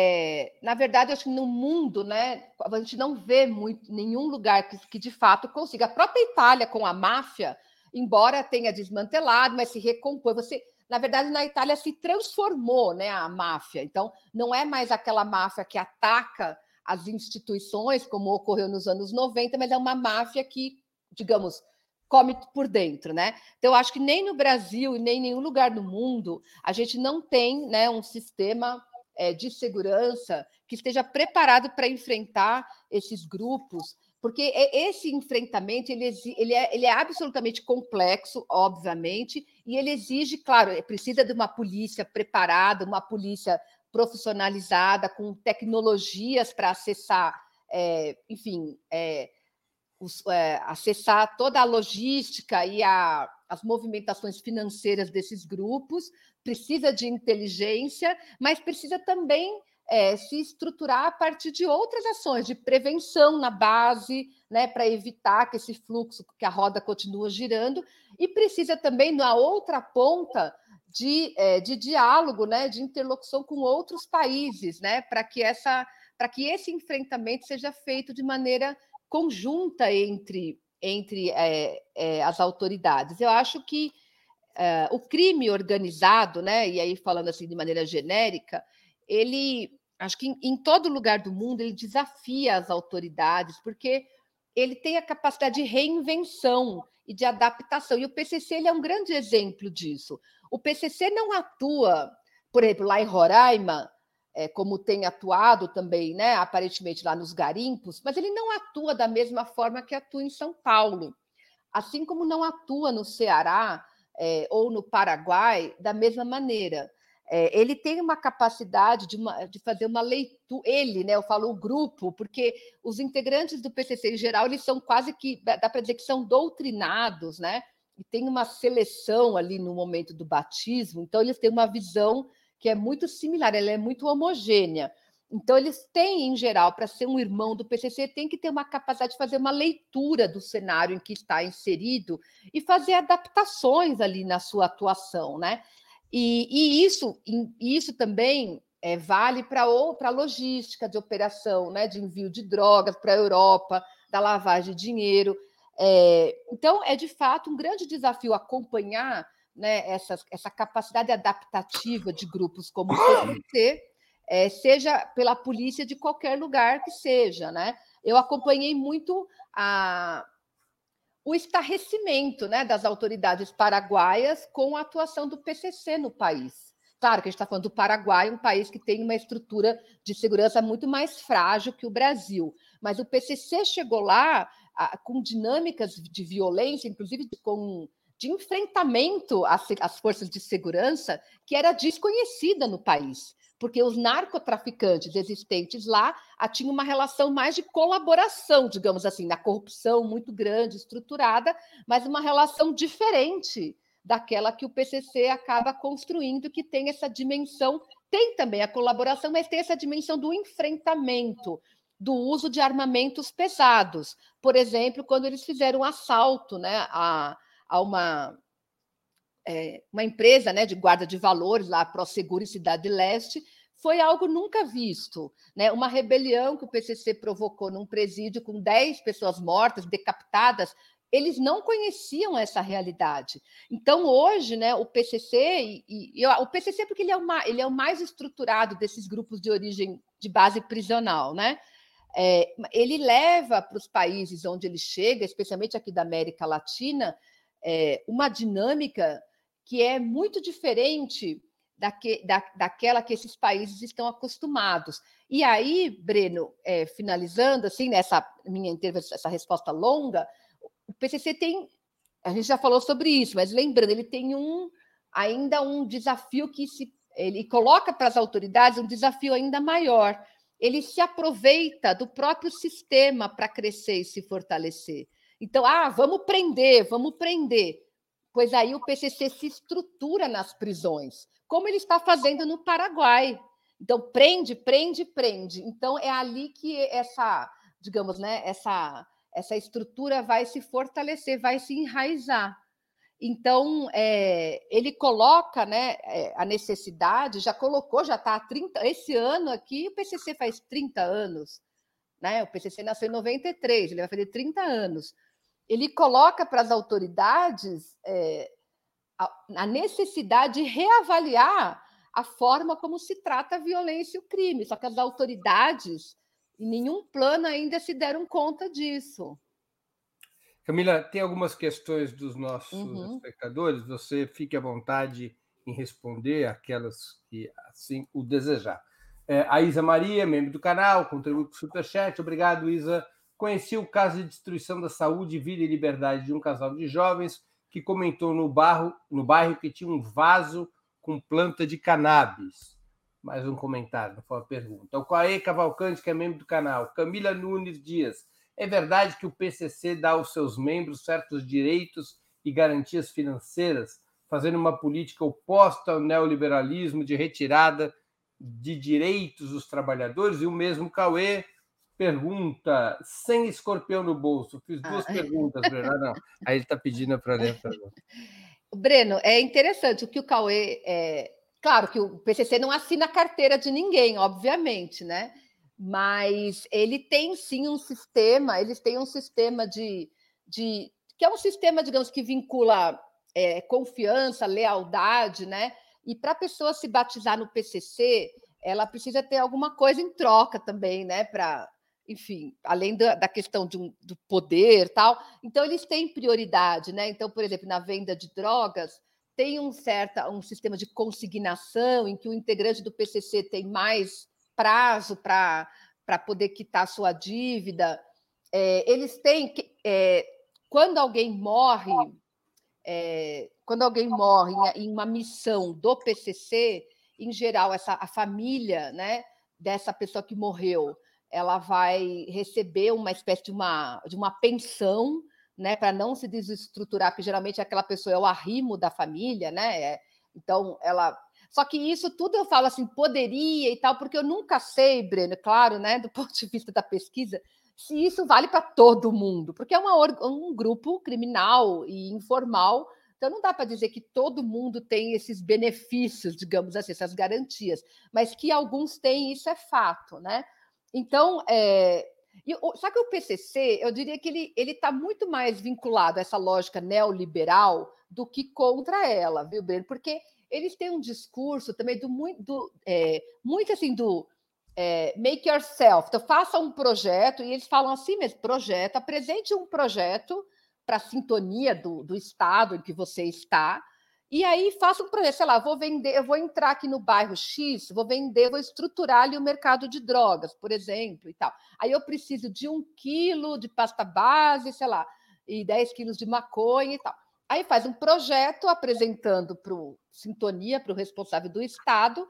é, na verdade, acho que no mundo, né, a gente não vê muito, nenhum lugar que, que, de fato, consiga. A própria Itália, com a máfia, embora tenha desmantelado, mas se recompõe. Você, na verdade, na Itália se transformou, né, a máfia. Então, não é mais aquela máfia que ataca as instituições, como ocorreu nos anos noventa, mas é uma máfia que, digamos, come por dentro, né? Então, eu acho que nem no Brasil e nem em nenhum lugar do mundo a gente não tem, né, um sistema é, de segurança que esteja preparado para enfrentar esses grupos, porque esse enfrentamento ele, ele, é, ele é absolutamente complexo, obviamente, e ele exige, claro, precisa de uma polícia preparada, uma polícia profissionalizada, com tecnologias para acessar, é, enfim, é, os, é, acessar toda a logística e a, as movimentações financeiras desses grupos, precisa de inteligência, mas precisa também É, se estruturar a partir de outras ações de prevenção na base, né, para evitar que esse fluxo, que a roda continua girando, e precisa também, na outra ponta, de, é, de diálogo, né, de interlocução com outros países, né, para que, essa, para que esse enfrentamento seja feito de maneira conjunta entre, entre é, é, as autoridades. Eu acho que é, o crime organizado, né, e aí falando assim de maneira genérica, ele, acho que em, em todo lugar do mundo, ele desafia as autoridades, porque ele tem a capacidade de reinvenção e de adaptação. E o P C C ele é um grande exemplo disso. O P C C não atua, por exemplo, lá em Roraima, é, como tem atuado também, né, aparentemente lá nos garimpos, mas ele não atua da mesma forma que atua em São Paulo, assim como não atua no Ceará é, ou no Paraguai da mesma maneira. É, ele tem uma capacidade de, uma, de fazer uma leitura, ele, né, eu falo o grupo, porque os integrantes do P C C em geral, eles são quase que, dá para dizer que são doutrinados, né, e tem uma seleção ali no momento do batismo, então eles têm uma visão que é muito similar, ela é muito homogênea. Então, eles têm, em geral, para ser um irmão do P C C, tem que ter uma capacidade de fazer uma leitura do cenário em que está inserido e fazer adaptações ali na sua atuação, né? E, e isso, e isso também é, vale para a logística de operação, né, de envio de drogas para a Europa, da lavagem de dinheiro. É, então, é de fato um grande desafio acompanhar, né, essa, essa capacidade adaptativa de grupos como o P C C, é, seja pela polícia de qualquer lugar que seja, né? Eu acompanhei muito a o estarrecimento, né, das autoridades paraguaias com a atuação do P C C no país. Claro que a gente está falando do Paraguai, um país que tem uma estrutura de segurança muito mais frágil que o Brasil, mas o P C C chegou lá a, com dinâmicas de violência, inclusive com, de enfrentamento às, às forças de segurança, que era desconhecida no país, porque os narcotraficantes existentes lá tinham uma relação mais de colaboração, digamos assim, na corrupção muito grande, estruturada, mas uma relação diferente daquela que o P C C acaba construindo, que tem essa dimensão, tem também a colaboração, mas tem essa dimensão do enfrentamento, do uso de armamentos pesados. Por exemplo, quando eles fizeram um assalto, né, a, a uma... É, uma empresa, né, de guarda de valores, lá, Prosegur, Cidade Leste, foi algo nunca visto, né? Uma rebelião que o P C C provocou num presídio com dez pessoas mortas, decapitadas, eles não conheciam essa realidade. Então, hoje, né, o P C C, e, e, o P C C porque ele é, uma, ele é o mais estruturado desses grupos de origem de base prisional, né? É, ele leva para os países onde ele chega, especialmente aqui da América Latina, é, uma dinâmica que é muito diferente daque, da, daquela que esses países estão acostumados. E aí, Breno, é, finalizando assim nessa minha intervenção, essa resposta longa, o P C C tem, a gente já falou sobre isso, mas lembrando, ele tem um ainda um desafio que se ele coloca para as autoridades um desafio ainda maior. Ele se aproveita do próprio sistema para crescer e se fortalecer. Então, ah, vamos prender, vamos prender. Pois aí o P C C se estrutura nas prisões, como ele está fazendo no Paraguai. Então, prende, prende, prende. Então, é ali que essa, digamos, né, essa, essa estrutura vai se fortalecer, vai se enraizar. Então, é, ele coloca, né, a necessidade, já colocou, já está há trinta, esse ano aqui, o P C C faz trinta anos, né? O P C C nasceu em noventa e três, ele vai fazer trinta anos. Ele coloca para as autoridades é, a, a necessidade de reavaliar a forma como se trata a violência e o crime, só que as autoridades, em nenhum plano ainda se deram conta disso. Camila, tem algumas questões dos nossos uhum. espectadores, você fique à vontade em responder aquelas que assim o desejar. É, a Isa Maria, membro do canal, contribui com o Superchat. Obrigado, Isa. Conheci o caso de destruição da saúde, vida e liberdade de um casal de jovens que comentou no, barro, no bairro que tinha um vaso com planta de cannabis. Mais um comentário, não foi uma pergunta. O Coaê Cavalcante, que é membro do canal. Camila Nunes Dias. É verdade que o P C C dá aos seus membros certos direitos e garantias financeiras, fazendo uma política oposta ao neoliberalismo de retirada de direitos dos trabalhadores? E o mesmo Cauê pergunta, sem escorpião no bolso. Fiz duas ah. perguntas, Breno. Ah, não. Aí ele está pedindo para ler a pergunta. Breno, é interessante o que o Cauê... É... Claro que o P C C não assina a carteira de ninguém, obviamente, né? Mas ele tem, sim, um sistema, eles têm um sistema de... de que é um sistema, digamos, que vincula é, confiança, lealdade, né? E para a pessoa se batizar no P C C, ela precisa ter alguma coisa em troca também, né? Para, enfim, além da, da questão de um, do poder, tal. Então eles têm prioridade, né? Então, por exemplo, na venda de drogas tem um certo um sistema de consignação em que o integrante do P C C tem mais prazo para para poder quitar sua dívida. É, eles têm é, quando alguém morre é, quando alguém morre em uma missão do P C C, em geral, essa, a família, né, dessa pessoa que morreu, ela vai receber uma espécie de uma, de uma pensão, né, para não se desestruturar, porque geralmente aquela pessoa é o arrimo da família, né? É, então, ela. Só que isso tudo eu falo assim, poderia e tal, porque eu nunca sei, Breno, claro, né, do ponto de vista da pesquisa, se isso vale para todo mundo, porque é uma, um grupo criminal e informal, então não dá para dizer que todo mundo tem esses benefícios, digamos assim, essas garantias, mas que alguns têm, isso é fato, né? Então, é, e, só que o P C C, eu diria que ele ele está muito mais vinculado a essa lógica neoliberal do que contra ela, viu, Breno? Porque eles têm um discurso também do muito, do, é, muito assim do É, make yourself. Então, faça um projeto, e eles falam assim mesmo, projeto, apresente um projeto para a sintonia do, do estado em que você está, e aí faça um projeto, sei lá, vou vender, eu vou entrar aqui no bairro X, vou vender, vou estruturar ali o mercado de drogas, por exemplo, e tal. Aí eu preciso de um quilo de pasta base, sei lá, e dez quilos de maconha e tal. Aí faz um projeto apresentando para o sintonia, para o responsável do estado,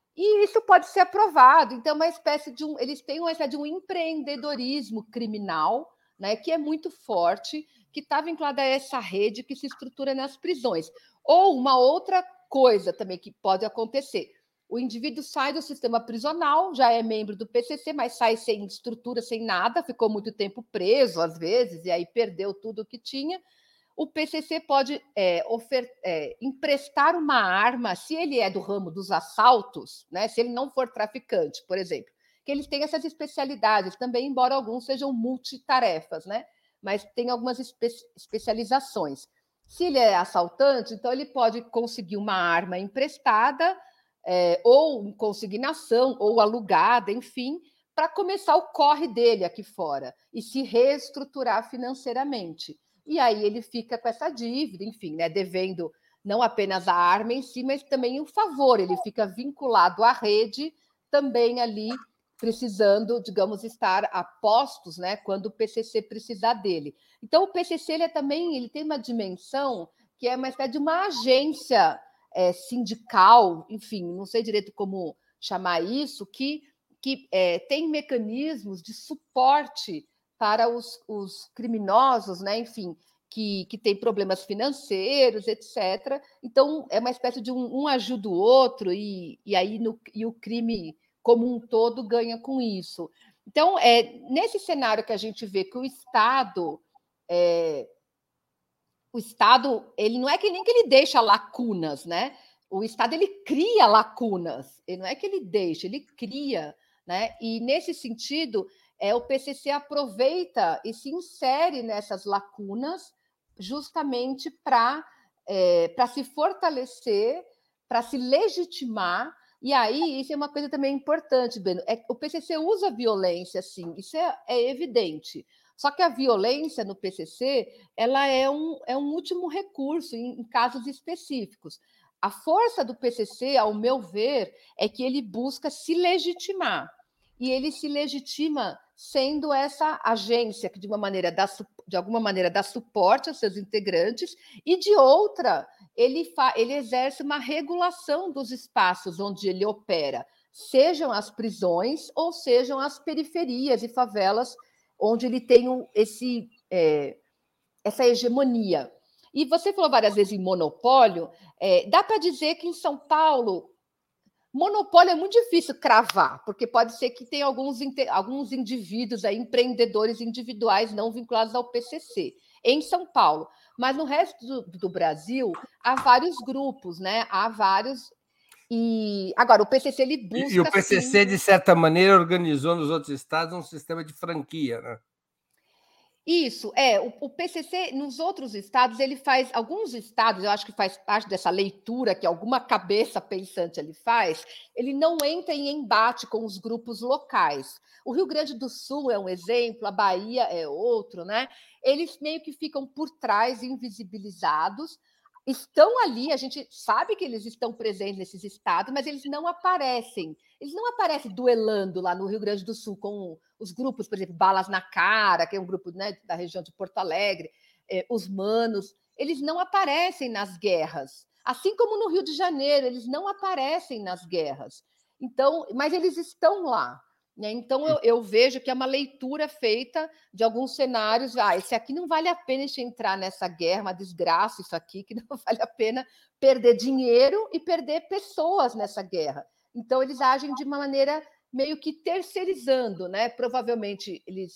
e isso pode ser aprovado. Então, é uma espécie de um. Eles têm uma espécie de um empreendedorismo criminal, né, que é muito forte, que está vinculado a essa rede que se estrutura nas prisões. Ou uma outra coisa também que pode acontecer: o indivíduo sai do sistema prisional, já é membro do P C C, mas sai sem estrutura, sem nada, ficou muito tempo preso, às vezes, e aí perdeu tudo o que tinha. O P C C pode é, ofer- é, emprestar uma arma, se ele é do ramo dos assaltos, né, se ele não for traficante, por exemplo, que eles têm essas especialidades também, embora alguns sejam multitarefas, né, mas tem algumas espe- especializações. Se ele é assaltante, então ele pode conseguir uma arma emprestada, é, ou em consignação, ou alugada, enfim, para começar o corre dele aqui fora e se reestruturar financeiramente. E aí ele fica com essa dívida, enfim, né, devendo não apenas a arma em si, mas também o favor, ele fica vinculado à rede, também ali precisando, digamos, estar a postos, né, quando o P C C precisar dele. Então, o P C C ele é também ele tem uma dimensão que é uma espécie de uma agência é, sindical, enfim, não sei direito como chamar isso, que, que é, tem mecanismos de suporte para os, os criminosos, né? Enfim, que, que têm problemas financeiros, etcétera. Então, é uma espécie de um, um ajuda o outro, e, e aí no, e o crime como um todo ganha com isso. Então, é, nesse cenário que a gente vê que o Estado. É, o Estado, ele não é que nem que ele deixa lacunas, né? O Estado ele cria lacunas, ele não é que ele deixa, ele cria, né? E nesse sentido, é, o P C C aproveita e se insere nessas lacunas justamente para é, para se fortalecer, para se legitimar. E aí, isso é uma coisa também importante, Beno. É, o P C C usa violência, sim, isso é, é evidente. Só que a violência no P C C ela é um, é um último recurso em, em casos específicos. A força do P C C, ao meu ver, é que ele busca se legitimar. E ele se legitima sendo essa agência que, de uma maneira, dá, de alguma maneira, dá suporte aos seus integrantes, e, de outra, ele, fa, ele exerce uma regulação dos espaços onde ele opera, sejam as prisões ou sejam as periferias e favelas, onde ele tem um, esse, é, essa hegemonia. E você falou várias vezes em monopólio, é, dá para dizer que em São Paulo, monopólio é muito difícil cravar, porque pode ser que tenha alguns, alguns indivíduos, aí, empreendedores individuais não vinculados ao P C C, em São Paulo. Mas no resto do, do Brasil, há vários grupos, né? Há vários... E agora, o P C C ele busca... E, e o P C C, sim, de certa maneira, organizou nos outros estados um sistema de franquia, né? Isso, é, o, o P C C, nos outros estados, ele faz, alguns estados, eu acho que faz parte dessa leitura que alguma cabeça pensante ele faz, ele não entra em embate com os grupos locais. O Rio Grande do Sul é um exemplo, a Bahia é outro, né? Eles meio que ficam por trás, invisibilizados, estão ali, a gente sabe que eles estão presentes nesses estados, mas eles não aparecem. Eles não aparecem duelando lá no Rio Grande do Sul com os grupos, por exemplo, Balas na Cara, que é um grupo, né, da região de Porto Alegre, eh, os Manos. Eles não aparecem nas guerras. Assim como no Rio de Janeiro, eles não aparecem nas guerras. Então, mas eles estão lá. Né? Então, eu, eu vejo que é uma leitura feita de alguns cenários. Ah, esse aqui não vale a pena a gente entrar nessa guerra, uma desgraça isso aqui, que não vale a pena perder dinheiro e perder pessoas nessa guerra. Então, eles agem de uma maneira meio que terceirizando, né? Provavelmente, eles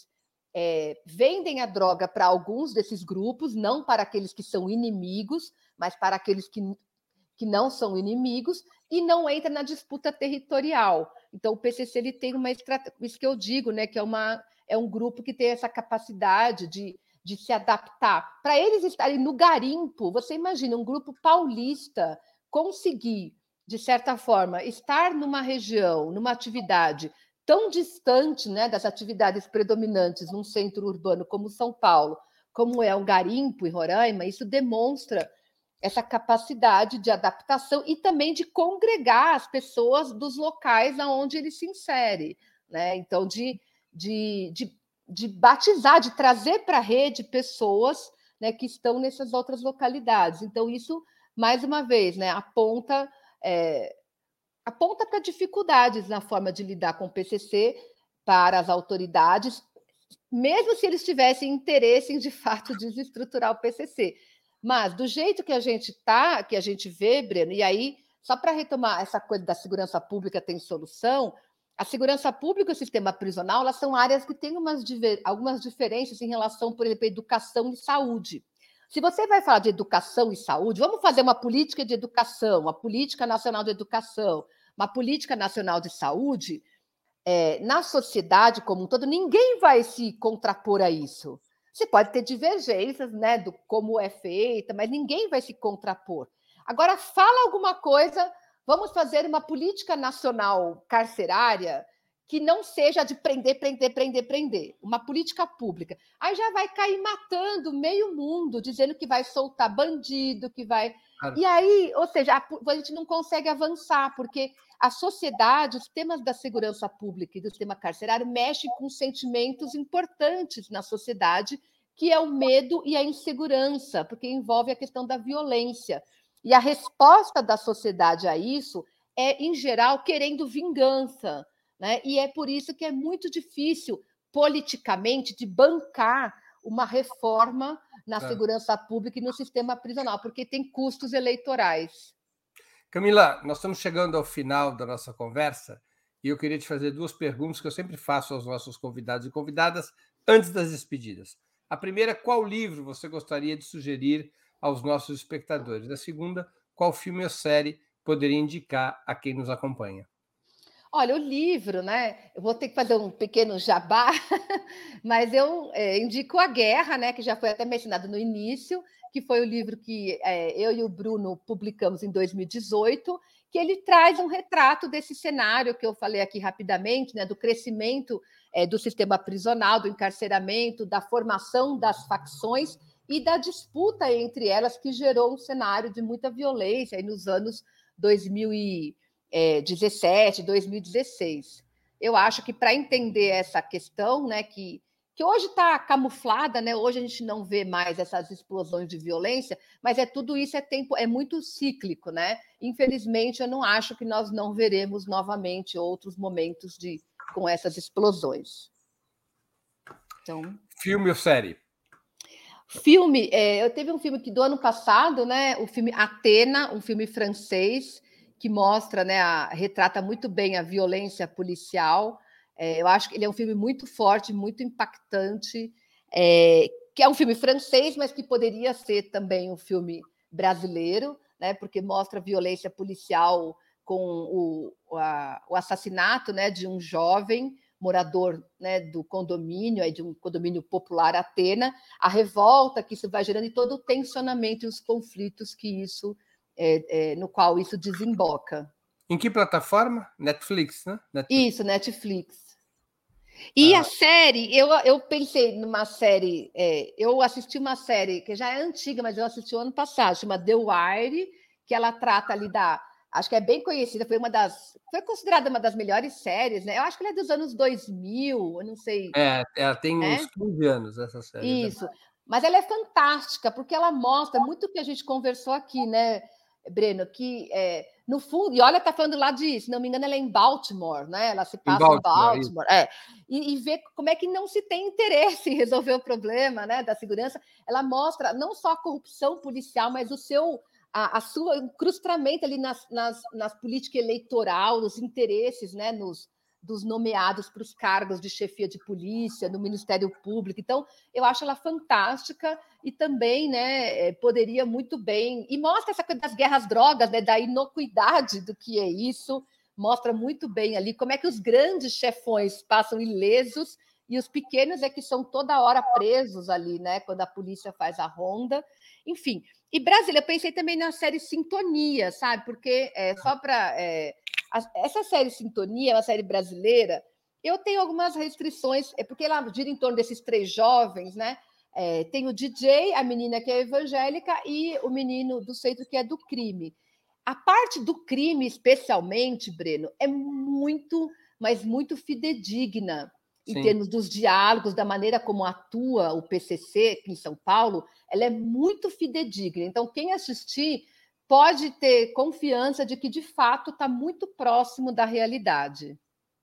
é, vendem a droga para alguns desses grupos, não para aqueles que são inimigos, mas para aqueles que, que não são inimigos, e não entra na disputa territorial. Então, o P C C ele tem uma estratégia, isso que eu digo, né? Que é, uma, é um grupo que tem essa capacidade de, de se adaptar. Para eles estarem no garimpo, você imagina um grupo paulista conseguir, de certa forma, estar numa região, numa atividade tão distante, né, das atividades predominantes num centro urbano como São Paulo, como é um garimpo em Roraima, isso demonstra essa capacidade de adaptação e também de congregar as pessoas dos locais aonde ele se insere, né? Então, de, de, de, de batizar, de trazer para a rede pessoas, né, que estão nessas outras localidades. Então, isso, mais uma vez, né, aponta... É, aponta para dificuldades na forma de lidar com o P C C para as autoridades, mesmo se eles tivessem interesse em, de fato, desestruturar o P C C. Mas, do jeito que a gente está, que a gente vê, Breno, e aí, só para retomar essa coisa da segurança pública tem solução, a segurança pública e o sistema prisional, elas são áreas que têm umas, algumas diferenças em relação, por exemplo, à educação e saúde. Se você vai falar de educação e saúde, vamos fazer uma política de educação, uma política nacional de educação, uma política nacional de saúde, é, na sociedade como um todo, ninguém vai se contrapor a isso. Você pode ter divergências, né, do como é feita, mas ninguém vai se contrapor. Agora, fala alguma coisa, vamos fazer uma política nacional carcerária que não seja de prender, prender, prender, prender. Uma política pública. Aí já vai cair matando meio mundo, dizendo que vai soltar bandido, que vai... Claro. E aí, ou seja, a, a gente não consegue avançar, porque a sociedade, os temas da segurança pública e do sistema carcerário mexem com sentimentos importantes na sociedade, que é o medo e a insegurança, porque envolve a questão da violência. E a resposta da sociedade a isso é, em geral, querendo vingança, né? E é por isso que é muito difícil, politicamente, de bancar uma reforma na claro. segurança pública e no sistema prisional, porque tem custos eleitorais. Camila, nós estamos chegando ao final da nossa conversa e eu queria te fazer duas perguntas que eu sempre faço aos nossos convidados e convidadas antes das despedidas. A primeira, qual livro você gostaria de sugerir aos nossos espectadores? A segunda, qual filme ou série poderia indicar a quem nos acompanha? Olha, o livro, né? Eu vou ter que fazer um pequeno jabá, mas eu é, indico A Guerra, né? Que já foi até mencionado no início, que foi o livro que é, eu e o Bruno publicamos em dois mil e dezoito, que ele traz um retrato desse cenário que eu falei aqui rapidamente, né? Do crescimento é, do sistema prisional, do encarceramento, da formação das facções e da disputa entre elas, que gerou um cenário de muita violência aí nos anos dois mil e dezessete, dois mil e dezesseis. Eu acho que para entender essa questão, né, que, que hoje está camuflada, né, hoje a gente não vê mais essas explosões de violência, mas é tudo isso é tempo, é muito cíclico, né? Infelizmente, eu não acho que nós não veremos novamente outros momentos de com essas explosões. Então, filme ou série? Filme, é, eu teve um filme que do ano passado, né? O filme Atena, um filme francês que mostra, né, a, retrata muito bem a violência policial. É, eu acho que ele é um filme muito forte, muito impactante, é, que é um filme francês, mas que poderia ser também um filme brasileiro, né? Porque mostra a violência policial com o, a, o assassinato, né, de um jovem morador, né, do condomínio, aí de um condomínio popular Atena, a revolta que isso vai gerando e todo o tensionamento e os conflitos que isso, é, é, no qual isso desemboca. Em que plataforma? Netflix, né? Netflix. Isso, Netflix. E ah. a série, eu, eu pensei numa série, é, eu assisti uma série que já é antiga, mas eu assisti o ano passado, chama The Wire, que ela trata ali da... Acho que é bem conhecida, foi uma das. Foi considerada uma das melhores séries, né? Eu acho que ela é dos anos dois mil, eu não sei. É, ela tem né? uns quinze anos, essa série. Isso. Né? Mas ela é fantástica, porque ela mostra muito o que a gente conversou aqui, né, Breno? Que é, no fundo, e olha, tá falando lá de, se não me engano, ela é em Baltimore, né? Ela se passa em Baltimore. Em Baltimore é. E, e vê como é que não se tem interesse em resolver o problema, né, da segurança. Ela mostra não só a corrupção policial, mas o seu. A, a sua incrustamento ali nas, nas, nas políticas eleitoral, nos interesses, né, nos, dos nomeados para os cargos de chefia de polícia, no Ministério Público. Então, eu acho ela fantástica e também, né, poderia muito bem... E mostra essa coisa das guerras drogas, né, da inocuidade do que é isso, mostra muito bem ali como é que os grandes chefões passam ilesos e os pequenos é que são toda hora presos ali, né, quando a polícia faz a ronda. Enfim... E Brasília, eu pensei também na série Sintonia, sabe? Porque é, só para... É, essa série Sintonia, é uma série brasileira, eu tenho algumas restrições, é porque ela gira em torno desses três jovens, né? É, tem o D J, a menina que é evangélica e o menino do centro que é do crime. A parte do crime, especialmente, Breno, é muito, mas muito fidedigna. Em Sim. termos dos diálogos, da maneira como atua o P C C aqui em São Paulo, ela é muito fidedigna. Então, quem assistir pode ter confiança de que, de fato, está muito próximo da realidade.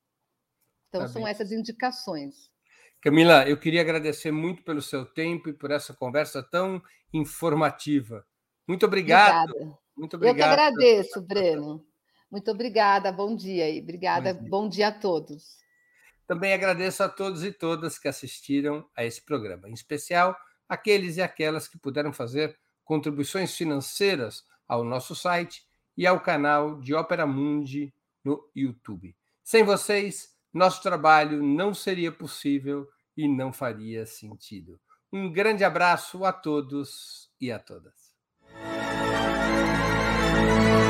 Então, tá são bem. Essas indicações. Camila, eu queria agradecer muito pelo seu tempo e por essa conversa tão informativa. Muito obrigado. Obrigada. Muito obrigado. Eu que agradeço, Breno. Muito obrigada. Bom dia e obrigada. Bom dia. Bom dia a todos. Também agradeço a todos e todas que assistiram a esse programa, em especial aqueles e aquelas que puderam fazer contribuições financeiras ao nosso site e ao canal de Ópera Mundi no YouTube. Sem vocês, nosso trabalho não seria possível e não faria sentido. Um grande abraço a todos e a todas.